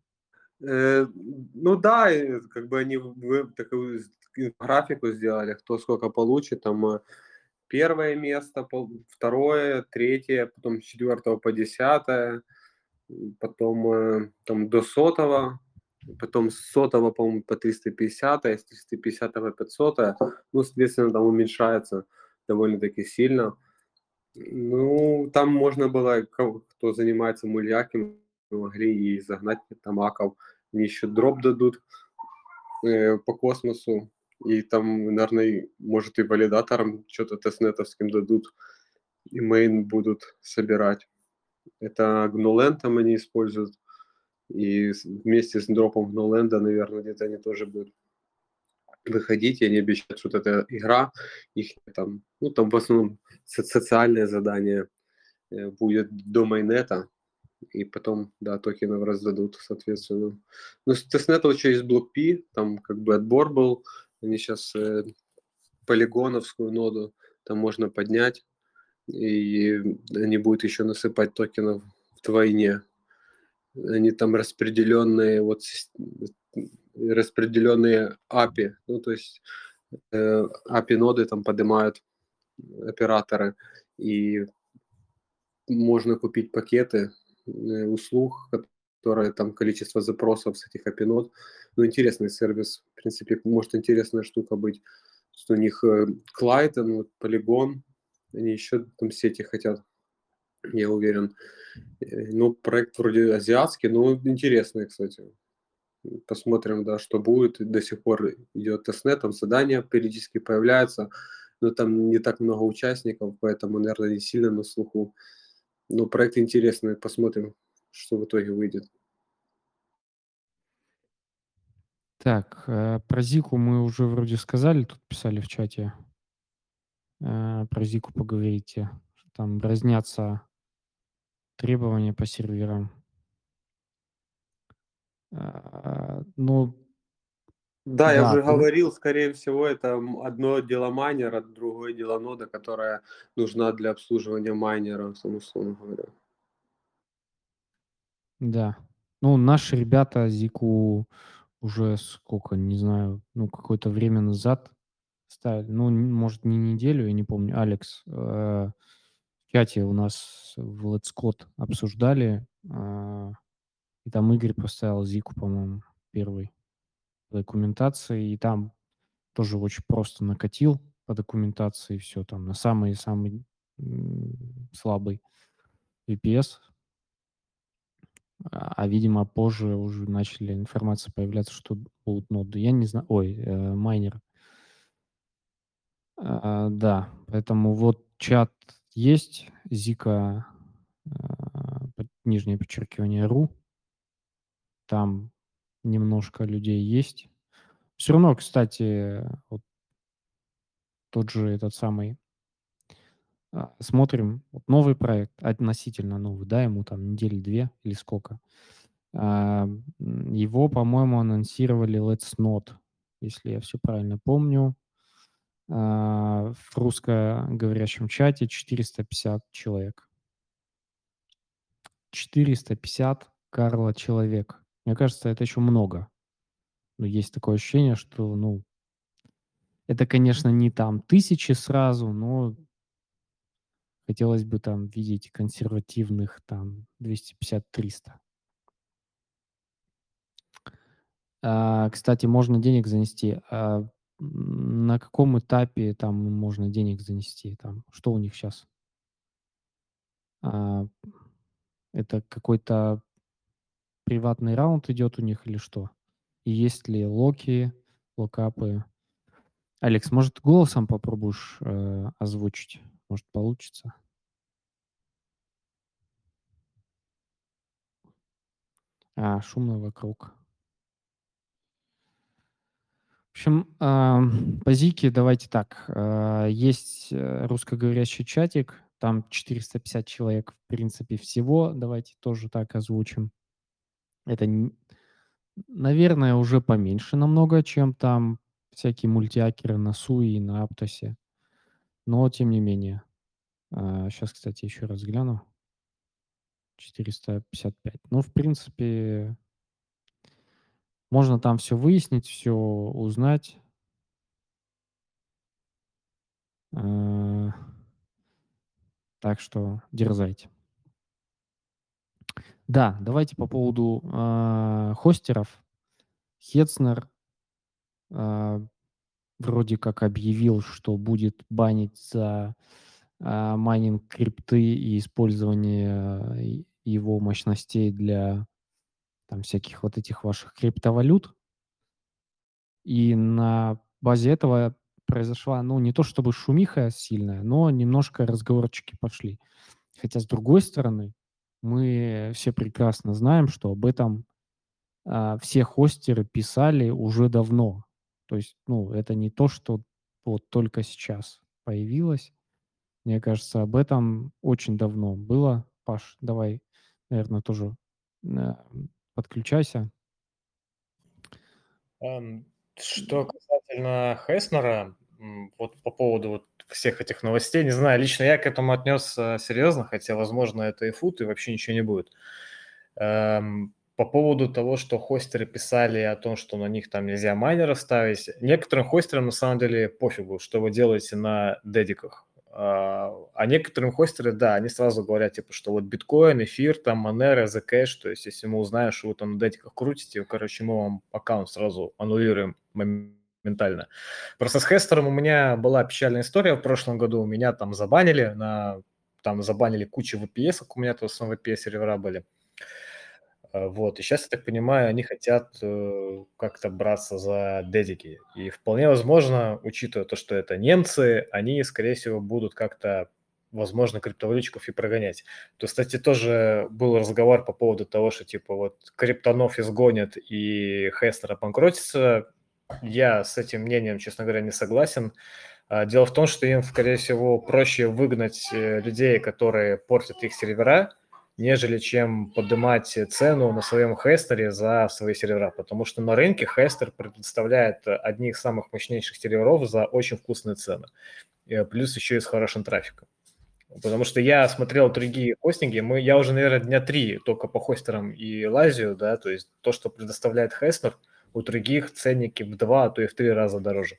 Ну да, как бы они такую графику сделали, кто сколько получит. Там первое место, второе, третье, потом с 4 по 10, потом там до 100, потом с 100, по-моему, по 350, с 350 по 500. Ну, соответственно, там уменьшается довольно-таки сильно. Ну, там можно было, кто занимается мульяком, могли и загнать там аков. Они еще дроп дадут по космосу. И там, наверное, может и валидаторам что-то тестнетовским дадут. И мейн будут собирать. Это GNU там они используют. И вместе с дропом GNU, наверное, где-то они тоже будут выходить. И они обещают, что вот эта игра, их там, ну там в основном социальное задание будет до майнета. И потом, да, токенов раздадут, соответственно. Ну, с тестнета еще есть BlockP, там как бы отбор был. Они сейчас полигоновскую ноду там можно поднять, и они будут еще насыпать токенов в вдвойне. Они там распределенные, распределенные API, ну, то есть API-ноды там поднимают операторы, и можно купить пакеты услуг, которые там количество запросов с этих API-нод. Ну, интересный сервис, в принципе, может интересная штука быть, что у них Clyde, вот Polygon, они еще там сети хотят, я уверен. Ну, проект вроде азиатский, но интересный, кстати. Посмотрим, да, что будет. До сих пор идет тестнет, там задания периодически появляются, но там не так много участников, поэтому, наверное, не сильно на слуху. Но проект интересный, посмотрим, что в итоге выйдет. Так, про Зику мы уже вроде сказали, тут писали в чате. Про Зику поговорите. Что там разнятся требования по серверам. Ну, Да, я да, уже говорил, скорее всего, это одно дело майнера, другое дело нода, которая нужна для обслуживания майнера, условно говоря. да. Ну, наши ребята Зику уже сколько, не знаю, ну, какое-то время назад ставили. Ну, может, не неделю, я не помню. Алекс, в чате у нас в Let's Code обсуждали, и там Игорь поставил Зику, по-моему, первый по документации, и там тоже очень просто накатил по документации все там на самый-самый слабый VPS. Видимо, позже уже начали информация появляться, что будут ноды. Я не знаю, майнеры. Да, поэтому вот чат есть, Zika, нижнее подчеркивание, .ru. Там немножко людей есть. Все равно, кстати, вот тот же этот самый, смотрим, вот новый проект, относительно новый, да, ему там недели 2 или сколько. Его, по-моему, анонсировали Let's Not, если я все правильно помню. В русскоговорящем чате 450 человек. 450, Карла, человек. Мне кажется, это еще много. Но есть такое ощущение, что, ну, это, конечно, не там тысячи сразу, но хотелось бы там видеть консервативных там 250-300. Кстати, можно денег занести. На каком этапе там можно денег занести? Там, что у них сейчас? Это какой-то приватный раунд идет у них или что? И есть ли локапы? Алекс, может, голосом попробуешь озвучить? Может, получится? Шумно вокруг. В общем, по Зике давайте так. Есть русскоговорящий чатик, там 450 человек, в принципе, всего. Давайте тоже так озвучим. Это, наверное, уже поменьше намного, чем там всякие мультиакеры на Суи и на Аптосе. Но, тем не менее. Сейчас, кстати, еще раз гляну. 455. Ну, в принципе, можно там все выяснить, все узнать. Так что дерзайте. Да, давайте по поводу хостеров. Хецнер вроде как объявил, что будет банить за майнинг крипты и использование его мощностей для там всяких вот этих ваших криптовалют. И на базе этого произошла, ну, не то чтобы шумиха сильная, но немножко разговорчики пошли. Хотя, с другой стороны, мы все прекрасно знаем, что об этом все хостеры писали уже давно. То есть, ну, это не то, что вот только сейчас появилось. Мне кажется, об этом очень давно было. Паш, давай, наверное, тоже подключайся. Что касательно Хеснера, вот по поводу вот всех этих новостей. Не знаю, лично я к этому отнесся серьезно, хотя, возможно, это и фут, и вообще ничего не будет. По поводу того, что хостеры писали о том, что на них там нельзя майнеров ставить, некоторым хостерам на самом деле пофигу, что вы делаете на дедиках. А некоторым хостеры, да, они сразу говорят, типа, что вот биткоин, эфир, там, Monero, Zcash, то есть если мы узнаем, что вы там на дедиках крутите, короче, мы вам аккаунт сразу аннулируем моментально. Просто с хестером у меня была печальная история в прошлом году, меня там забанили, забанили кучу VPS, у меня в основном VPS-сервера были. Вот, и сейчас, я так понимаю, они хотят как-то браться за дедики. И вполне возможно, учитывая то, что это немцы, они, скорее всего, будут как-то, возможно, криптовалютчиков и прогонять. То, кстати, тоже был разговор по поводу того, что, типа, вот криптонов изгонят и Хестер обанкротится. Я с этим мнением, честно говоря, не согласен. Дело в том, что им, скорее всего, проще выгнать людей, которые портят их сервера, нежели чем поднимать цену на своем хестере за свои сервера, потому что на рынке хестер предоставляет одних из самых мощнейших серверов за очень вкусные цены, плюс еще и с хорошим трафиком. Потому что я смотрел другие хостинги, я уже, наверное, дня 3 только по хостерам и лазию, да, то есть то, что предоставляет хестер, у других ценники в 2, а то и в 3 раза дороже.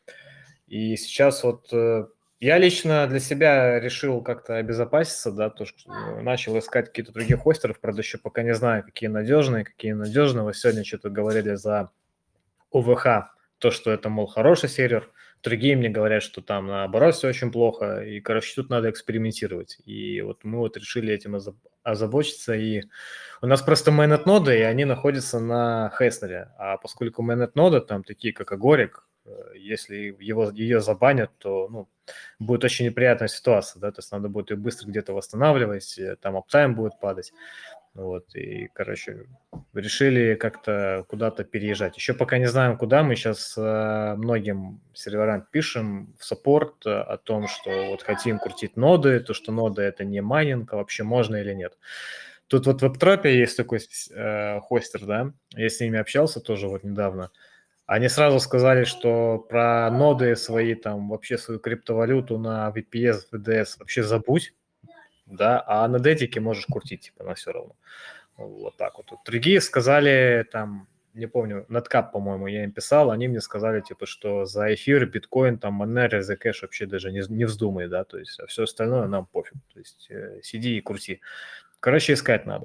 И сейчас вот я лично для себя решил как-то обезопаситься, да, то, что начал искать какие-то другие хостеры, правда, еще пока не знаю, какие надежные. Вот сегодня что-то говорили за ОВХ, то, что это, мол, хороший сервер. Другие мне говорят, что там наоборот все очень плохо. И, короче, тут надо экспериментировать. И вот мы вот решили этим озаботиться. И у нас просто mainnet-ноды, и они находятся на хестере. А поскольку mainnet-ноды там такие, как Agoric, если ее забанят, то будет очень неприятная ситуация, да, то есть надо будет ее быстро где-то восстанавливать, там аптайм будет падать, вот, и, короче, решили как-то куда-то переезжать. Еще пока не знаем, куда, мы сейчас многим серверам пишем в саппорт о том, что вот хотим крутить ноды, то, что ноды это не майнинг, а вообще можно или нет. Тут вот в WebTropia есть такой хостер, да, я с ними общался тоже вот недавно. Они сразу сказали, что про ноды свои, там, вообще свою криптовалюту на VPS, VDS вообще забудь, да, а на дедике можешь крутить, типа, на все равно. Вот так вот. Другие сказали, там, не помню, Netcap, по-моему, я им писал, они мне сказали, типа, что за эфир, биткоин, там, Monero, Zcash вообще даже не вздумай, да, то есть, а все остальное нам пофиг, то есть, сиди и крути. Короче, искать надо.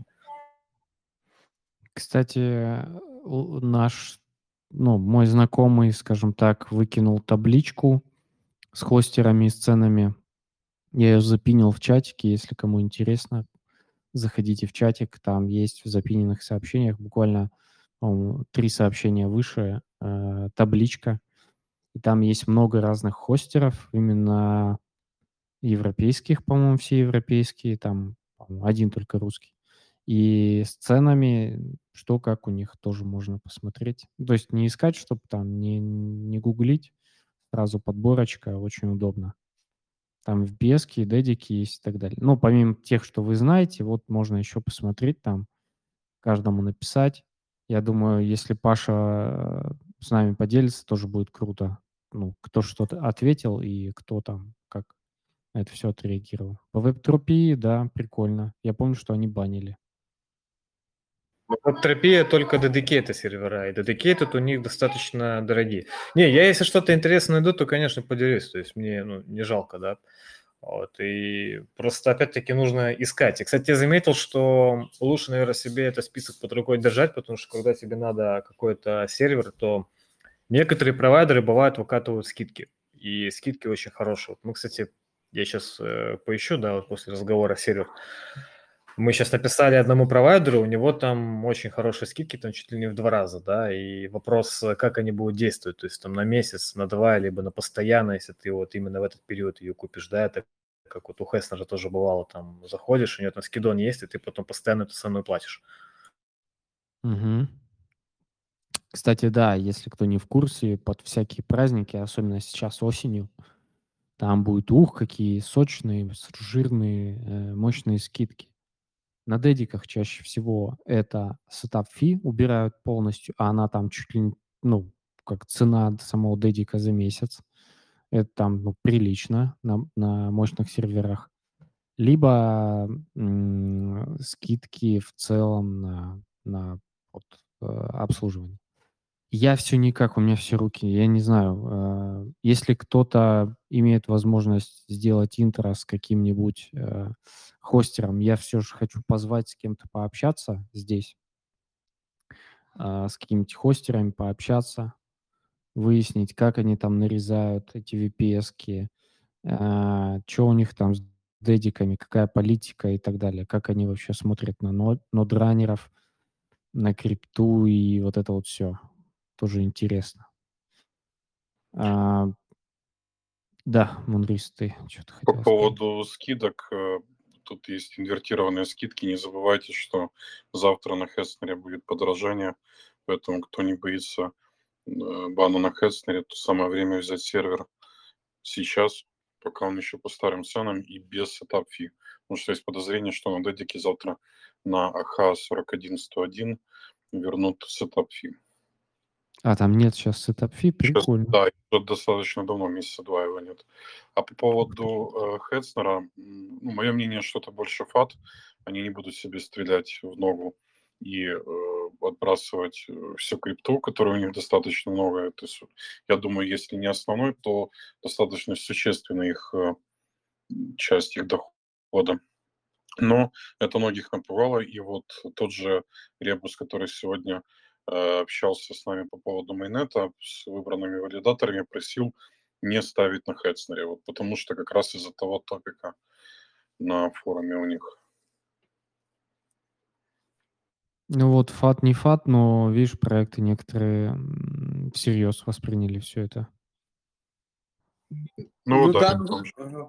Кстати, мой знакомый, скажем так, выкинул табличку с хостерами и с ценами. Я ее запинил в чатике, если кому интересно, заходите в чатик, там есть в запиненных сообщениях буквально, по-моему, 3 сообщения выше, табличка, и там есть много разных хостеров, именно европейских, по-моему, все европейские, там, по-моему, 1 только русский. И с ценами, что как у них, тоже можно посмотреть. То есть не искать, чтобы там не гуглить, сразу подборочка, очень удобно. Там VPS-ки, дедики есть и так далее. Ну, помимо тех, что вы знаете, вот можно еще посмотреть там, каждому написать. Я думаю, если Паша с нами поделится, тоже будет круто. Ну, кто что-то ответил и кто там как на это все отреагировал. По веб-терапии, да, прикольно. Я помню, что они банили. Веб-терапия только dedicated сервера, и dedicated у них достаточно дорогие. Не, я если что-то интересное найду, то, конечно, поделюсь, то есть мне не жалко, да. Вот, и просто, опять-таки, нужно искать. И, кстати, я заметил, что лучше, наверное, себе этот список под рукой держать, потому что когда тебе надо какой-то сервер, то некоторые провайдеры, бывают, выкатывают скидки, и скидки очень хорошие. Вот мы, кстати, я сейчас поищу, да, вот после разговора сервер. Мы сейчас написали одному провайдеру, у него там очень хорошие скидки, там чуть ли не в 2 раза, да, и вопрос, как они будут действовать, то есть там на месяц, на 2, либо на постоянно, если ты вот именно в этот период ее купишь, да, это как вот у Хеснера тоже бывало, там заходишь, у него там скидон есть, и ты потом постоянно эту цену платишь. Угу. Кстати, да, если кто не в курсе, под всякие праздники, особенно сейчас осенью, там будут какие сочные, жирные, мощные скидки. На дедиках чаще всего это сетап-фи убирают полностью, а она там чуть ли как цена самого дедика за месяц. это там прилично на мощных серверах, либо скидки в целом на обслуживание. Я все никак, у меня все руки, я не знаю, если кто-то имеет возможность сделать интро с каким-нибудь хостером, я все же хочу позвать с кем-то пообщаться здесь, с какими-нибудь хостерами пообщаться, выяснить, как они там нарезают эти VPS-ки, чё у них там с дедиками, какая политика и так далее, как они вообще смотрят на нодранеров, на крипту и вот это вот все. Тоже интересно. Да, Мунрис, ты что-то По хотел сказать. поводу скидок, тут есть инвертированные скидки. Не забывайте, что завтра на Хеснере будет подорожание, поэтому кто не боится бана на Хеснере, то самое время взять сервер сейчас, пока он еще по старым ценам и без сетап-фи. Потому что есть подозрение, что на дедике завтра на АХ 41101 вернут сетап-фи. Там нет сейчас сетап-фи, Сейчас, прикольно. да, уже достаточно давно, месяца 2 его нет. А по поводу Хедснера, мое мнение, что это больше фат. Они не будут себе стрелять в ногу и отбрасывать всю крипту, которой у них достаточно много. Это, я думаю, если не основной, то достаточно существенная их часть их дохода. Но это многих напугало, и вот тот же Ребус, который сегодня общался с нами по поводу майнета, с выбранными валидаторами, просил не ставить на Хедснере, вот потому что как раз из-за того топика на форуме у них. Ну вот фат не фат, но, видишь, проекты некоторые всерьез восприняли все это. Ну да, да, потому что ага.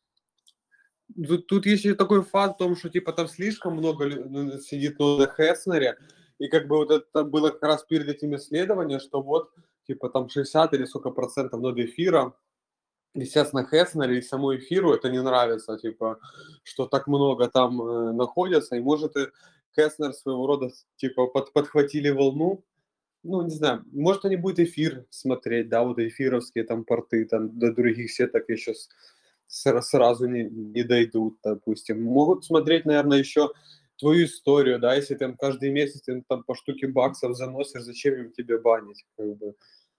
Тут есть еще такой факт в том, что типа там слишком много сидит на Хеснере, и как бы вот это было как раз перед этим исследованием, что вот типа там 60 или сколько процентов ноды эфира висят на Хеснере, и саму эфиру это не нравится, типа, что так много там находятся, и может и Хеснер своего рода типа подхватили волну, ну, не знаю, может, они будут эфир смотреть, да, вот эфировские там порты, там до других сеток еще сразу не дойдут, допустим. Могут смотреть, наверное, еще твою историю, да, если там каждый месяц ты там по штуке баксов заносишь, зачем им тебе банить, как бы.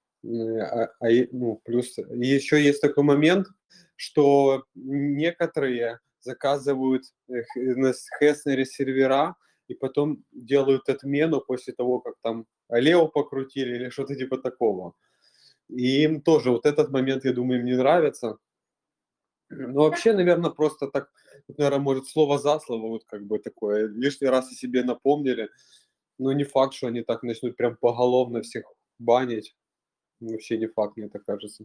Ну, плюс еще есть такой момент, что некоторые заказывают на Хеснере сервера и потом делают отмену после того, как там Алео покрутили или что-то типа такого. И им тоже вот этот момент, я думаю, им не нравится. Ну, вообще, наверное, просто так, наверное, может, слово за слово, вот как бы такое, лишний раз о себе напомнили. Но не факт, что они так начнут прям поголовно всех банить. Вообще не факт, мне так кажется.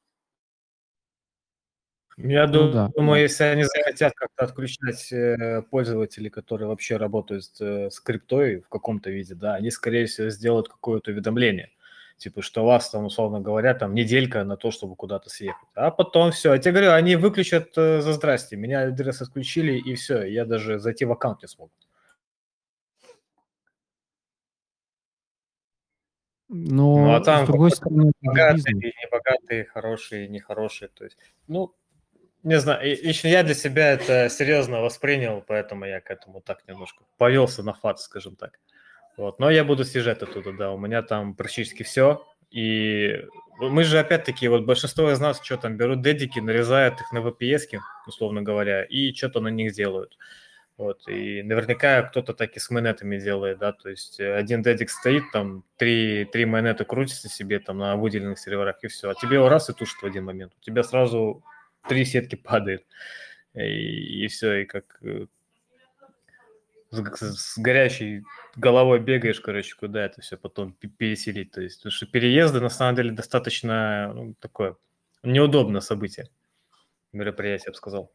Я Ну да, думаю, да. если они захотят как-то отключать пользователей, которые вообще работают с криптой в каком-то виде, да, они, скорее всего, сделают какое-то уведомление. Типа, что у вас там, условно говоря, там неделька на то, чтобы куда-то съехать. А потом все. Я тебе говорю, они выключат за здрасте. Меня адрес отключили, и все. Я даже зайти в аккаунт не смог. Ну, а Но, с там другой стороны, это же бизнес. богатые, небогатые, хорошие, нехорошие. То есть, ну, не знаю, лично я для себя это серьезно воспринял, поэтому я к этому так немножко повелся на фат, скажем так. Вот. Но я буду съезжать оттуда, да, у меня там практически все. И мы же, опять-таки, вот большинство из нас что там, берут дедики, нарезают их на VPS, условно говоря, и что-то на них делают. Вот, и наверняка кто-то так и с майонетами делает, да, то есть один дедик стоит, там, три майонета крутятся себе там на выделенных серверах, и все, а тебе его раз и тушит в один момент, у тебя сразу 3 сетки падает, и все, и как с горящей головой бегаешь, короче, куда это все потом переселить, то есть, потому что переезды, на самом деле, достаточно, ну, такое неудобное событие, мероприятие, я бы сказал.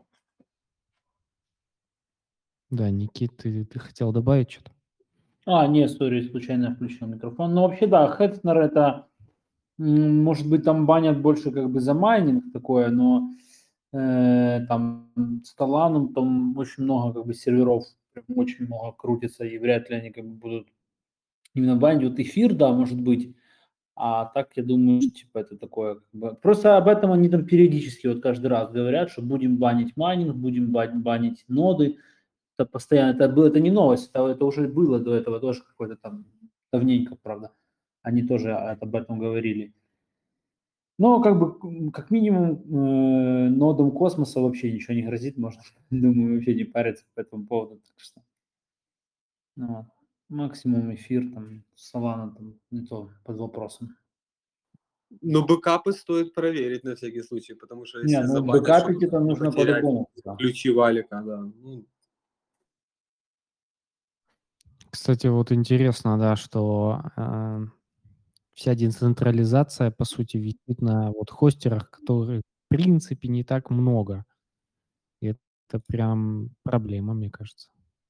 Да, Никит, ты хотел добавить что-то? Нет, сори, случайно включил микрофон. Но вообще, да, Хедснер это, может быть, там банят больше как бы за майнинг такое, но там с Таланом там очень много как бы серверов, прям очень много крутится, и вряд ли они как бы будут именно банить. Вот эфир, да, может быть, А так, я думаю, что, типа, это такое, как бы... Просто об этом они там периодически вот каждый раз говорят, что будем банить майнинг, будем банить ноды. Это постоянно, это не новость, это уже было до этого тоже какой-то там давненько, правда. Они тоже об этом говорили. Но как бы, как минимум, нодам космоса вообще ничего не грозит, можно, думаю, вообще не париться по этому поводу. Так что, ну, вот. Максимум эфир, там, Solana, там, не то, под вопросом. Ну, бэкапы стоит проверить на всякий случай, потому что Не, если ну забанят, бэкапить чтобы это нужно потерять по-любому. Да. ключи валика, да. Ну, Кстати, вот интересно, да, что вся децентрализация, по сути, висит на вот хостерах, которых, в принципе, не так много. И это прям проблема, мне кажется.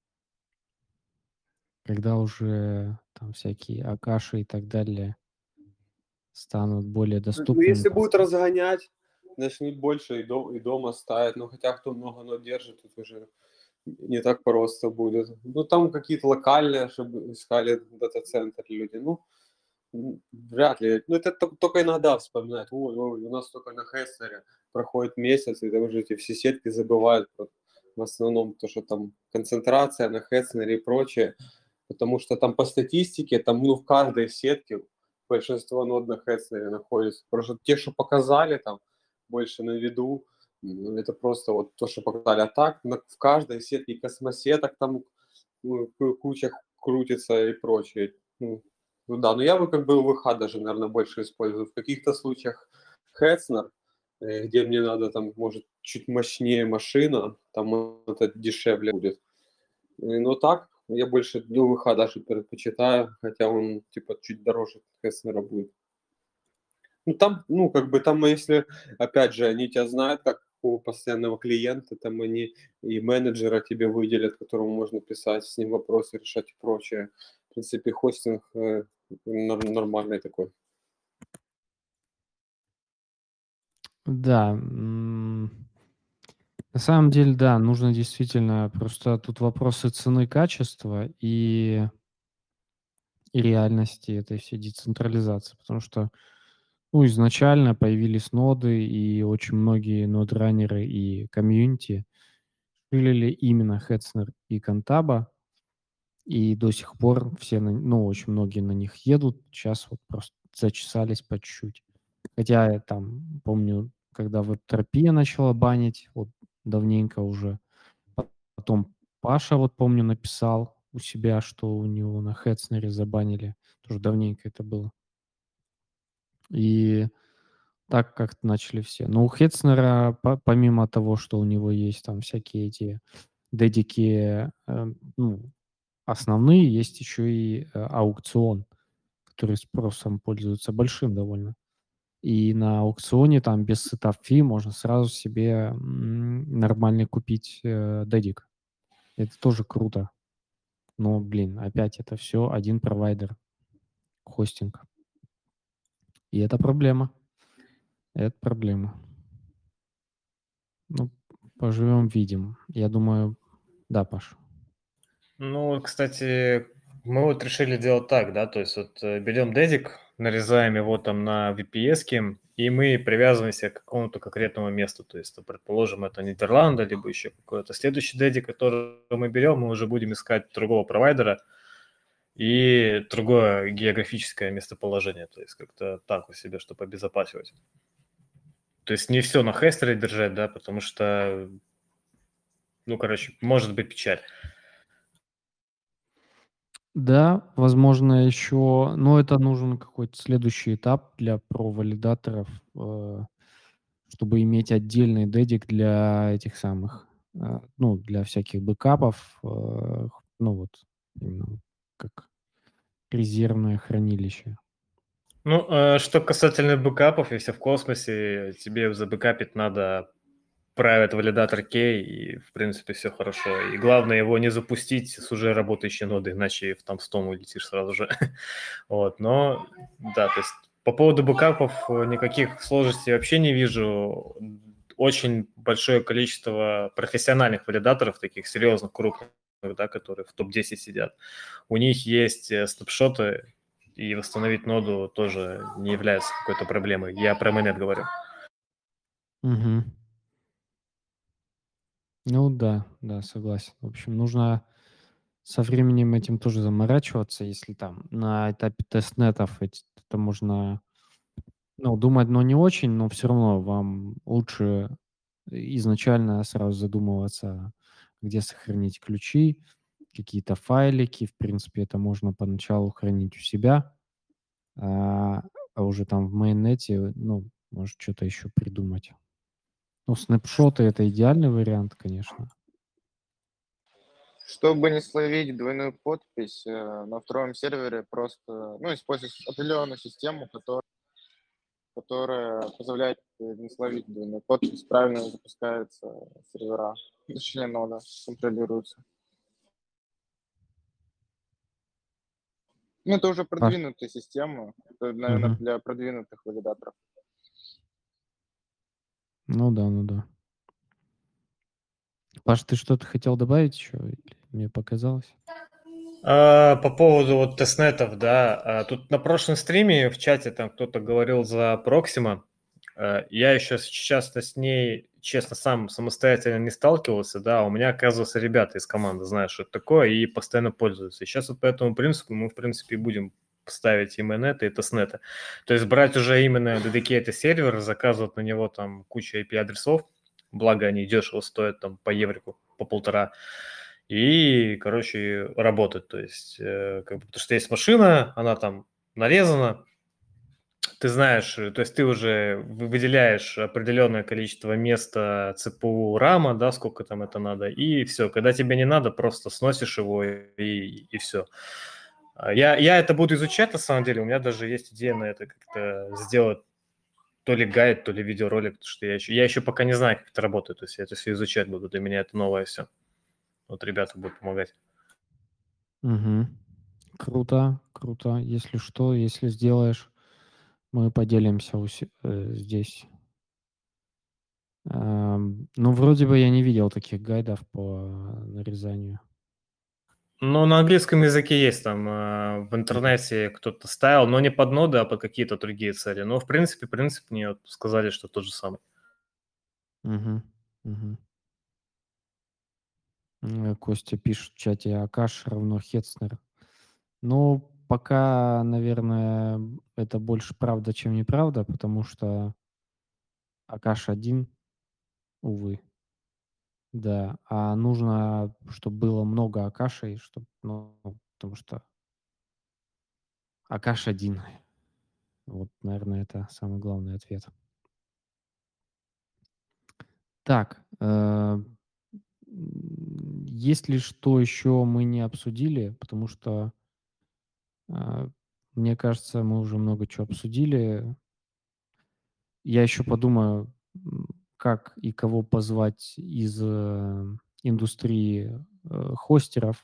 Когда уже там всякие Акаши и так далее станут более ну, доступными. если будут разгонять, начнут больше и дома ставить. Ну, хотя кто много нод держит, тут уже не так просто будет. Ну, там какие-то локальные, чтобы искали дата-центр люди. Ну, вряд ли. Ну, это только иногда вспоминать. Ой, у нас только на Хеснере проходит месяц, и там уже эти все сетки забывают. В основном то, что там концентрация на Хеснере и прочее. Потому что там по статистике, там ну, в каждой сетке большинство нод на Хеснере находится. Просто те, что показали, там больше на виду, ну, это просто вот то, что показали. А так в каждой сетке космосеток там куча крутится и прочее. Ну да, но я бы как бы ВХ даже, наверное, больше использую. В каких-то случаях Хеснер, где мне надо там, может, чуть мощнее машина, там это дешевле будет. Но так, я больше ВХ даже предпочитаю, хотя он типа чуть дороже Хеснера будет. Ну там, ну как бы там, если, опять же, они тебя знают как постоянного клиента, там они и менеджера тебе выделят, которому можно писать, с ним вопросы решать и прочее. В принципе, хостинг нормальный такой. Да, на самом деле, да, нужно действительно, просто тут вопросы цены, качества и реальности этой всей децентрализации, потому что, ну, изначально появились ноды, и очень многие нод-раннеры и комьюнити шилили именно Хеснер и Кантаба, и до сих пор все, ну, очень многие на них едут, сейчас вот просто зачесались по чуть-чуть. Хотя я там помню, когда веб-терапия начала банить, вот давненько уже, потом Паша, вот помню, написал у себя, что у него на Хеснере забанили, тоже давненько это было. И так как-то начали все. Но у Хеснера, помимо того, что у него есть там всякие эти дедики, ну, основные, есть еще и аукцион, который спросом пользуется большим довольно. И на аукционе там без сетап фи можно сразу себе нормальный купить дедик. Это тоже круто. Но, блин, опять это все один провайдер, хостинг. И это проблема. Это проблема. Ну, поживем, видим. Я думаю, да, Паш. Ну, кстати, мы вот решили делать так, да, то есть вот берем дедик, нарезаем его там на VPS-ки, и мы привязываемся к какому-то конкретному месту, то есть, предположим, это Нидерланды, либо еще какой-то следующий дедик, который мы берем, мы уже будем искать другого провайдера и другое географическое местоположение, то есть как-то так у себя, чтобы обезопасивать. То есть не все на Хестере держать, да, потому что, ну, короче, может быть печаль. Да, возможно, еще, но это нужен какой-то следующий этап для про-валидаторов, чтобы иметь отдельный дедик для этих самых, ну, для всяких бэкапов, ну, вот, именно как резервное хранилище. Ну, что касательно бэкапов, если в космосе тебе забэкапить надо private валидатор key, и, в принципе, все хорошо. И главное его не запустить с уже работающей нодой, иначе там в том улетишь сразу же. Вот, но, да, то есть по поводу бэкапов никаких сложностей вообще не вижу. Очень большое количество профессиональных валидаторов, таких серьезных, крупных, да, которые в топ-10 сидят. У них есть снапшоты и восстановить ноду тоже не является какой-то проблемой. Я про mainnet говорю. Мгм. Ну да, согласен. В общем, нужно со временем этим тоже заморачиваться, если там на этапе тестнетов это можно, думать, но не очень, но все равно вам лучше изначально сразу задумываться, где сохранить ключи, какие-то файлики. В принципе, это можно поначалу хранить у себя, а уже там в майонете, может, что-то еще придумать. Снапшоты — это идеальный вариант, конечно. Чтобы не словить двойную подпись, на втором сервере просто, использовать определенную систему, которая позволяет не словить двойную подпись, правильно запускаются сервера, точнее нода контролируется. Это уже Паш, продвинутая система, это, наверное, мгм. для продвинутых валидаторов. Ну да. Паш, ты что-то хотел добавить еще? Или мне показалось? По поводу вот тестнетов, да, тут на прошлом стриме в чате там кто-то говорил за Proxima. Я еще часто с ней, честно, сам самостоятельно не сталкивался, да, у меня, оказывается, ребята из команды знают, что это такое, и постоянно пользуются. И сейчас вот по этому принципу мы, в принципе, будем ставить и mainnet, и тестнеты. То есть брать уже именно dedicated сервер, заказывать на него там кучу IP-адресов, благо они дешево стоят там по еврику, по 1,5, и, короче, работать. То есть, потому что есть машина, она там нарезана, ты знаешь, то есть ты уже выделяешь определенное количество места ЦПУ, рама, да, сколько там это надо, и все. Когда тебе не надо, просто сносишь его и все. Я это буду изучать, на самом деле. У меня даже есть идея на это как-то сделать то ли гайд, то ли видеоролик, потому что я еще пока не знаю, как это работает. То есть я это все изучать буду. Для меня это новое все. Вот ребята будут помогать. Угу. Круто. Если что, если сделаешь, мы поделимся здесь. Вроде бы я не видел таких гайдов по нарезанию. Ну, на английском языке есть там, в интернете кто-то ставил, но не под ноды, а под какие-то другие цели. Но, в принципе, принцип мне вот сказали, что тот же самый. Угу. Костя пишет в чате: Акаш равно Хетцнер. Пока, наверное, это больше правда, чем неправда, потому что Акаш один, увы. Да, а нужно, чтобы было много Акашей, потому что Акаш один. Вот, наверное, это самый главный ответ. Так, есть ли что еще мы не обсудили? Потому что, мне кажется, мы уже много чего обсудили. Я еще подумаю, как и кого позвать из индустрии хостеров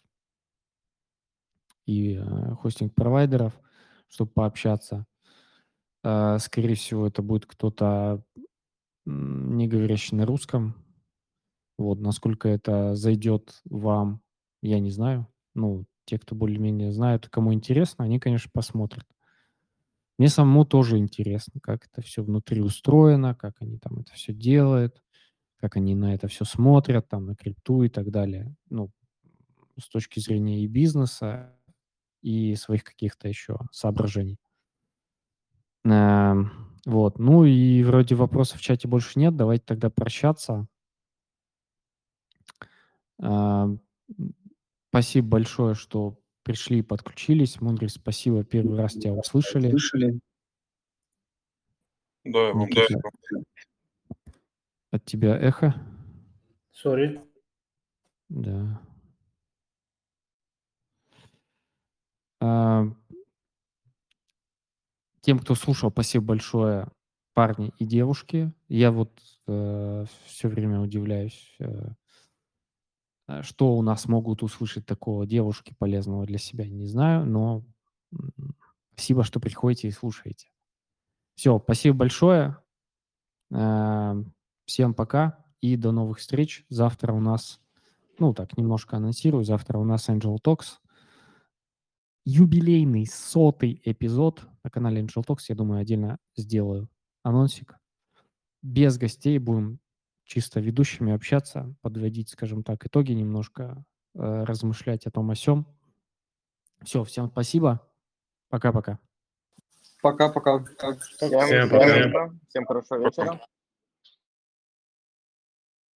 и хостинг-провайдеров, чтобы пообщаться. Скорее всего, это будет кто-то, не говорящий на русском. Вот, насколько это зайдет вам, я не знаю. Те, кто более-менее знают, кому интересно, они, конечно, посмотрят. Мне самому тоже интересно, как это все внутри устроено, как они там это все делают, как они на это все смотрят, там, на крипту и так далее. С точки зрения и бизнеса, и своих каких-то еще соображений. Вот. И вроде вопросов в чате больше нет. Давайте тогда прощаться. Спасибо большое, что пришли и подключились. Мудрый, спасибо. Первый раз тебя услышали. Да, вам Никита, спасибо. от тебя эхо. Сори. Да. А, Тем, кто слушал, спасибо большое, парни и девушки. Я вот все время удивляюсь, что у нас могут услышать такого девушки полезного для себя, не знаю, но спасибо, что приходите и слушаете. Все, спасибо большое. Всем пока и до новых встреч. Завтра у нас, немножко анонсирую, завтра у нас Angel Talks. юбилейный 100-й эпизод на канале Angel Talks. Я думаю, отдельно сделаю анонсик. Без гостей будем чисто ведущими общаться, подводить, скажем так, итоги немножко, размышлять о том о сём. Все, всем спасибо. Пока-пока. Пока-пока. Всем Всем пока. спасибо. Всем хорошего вечера.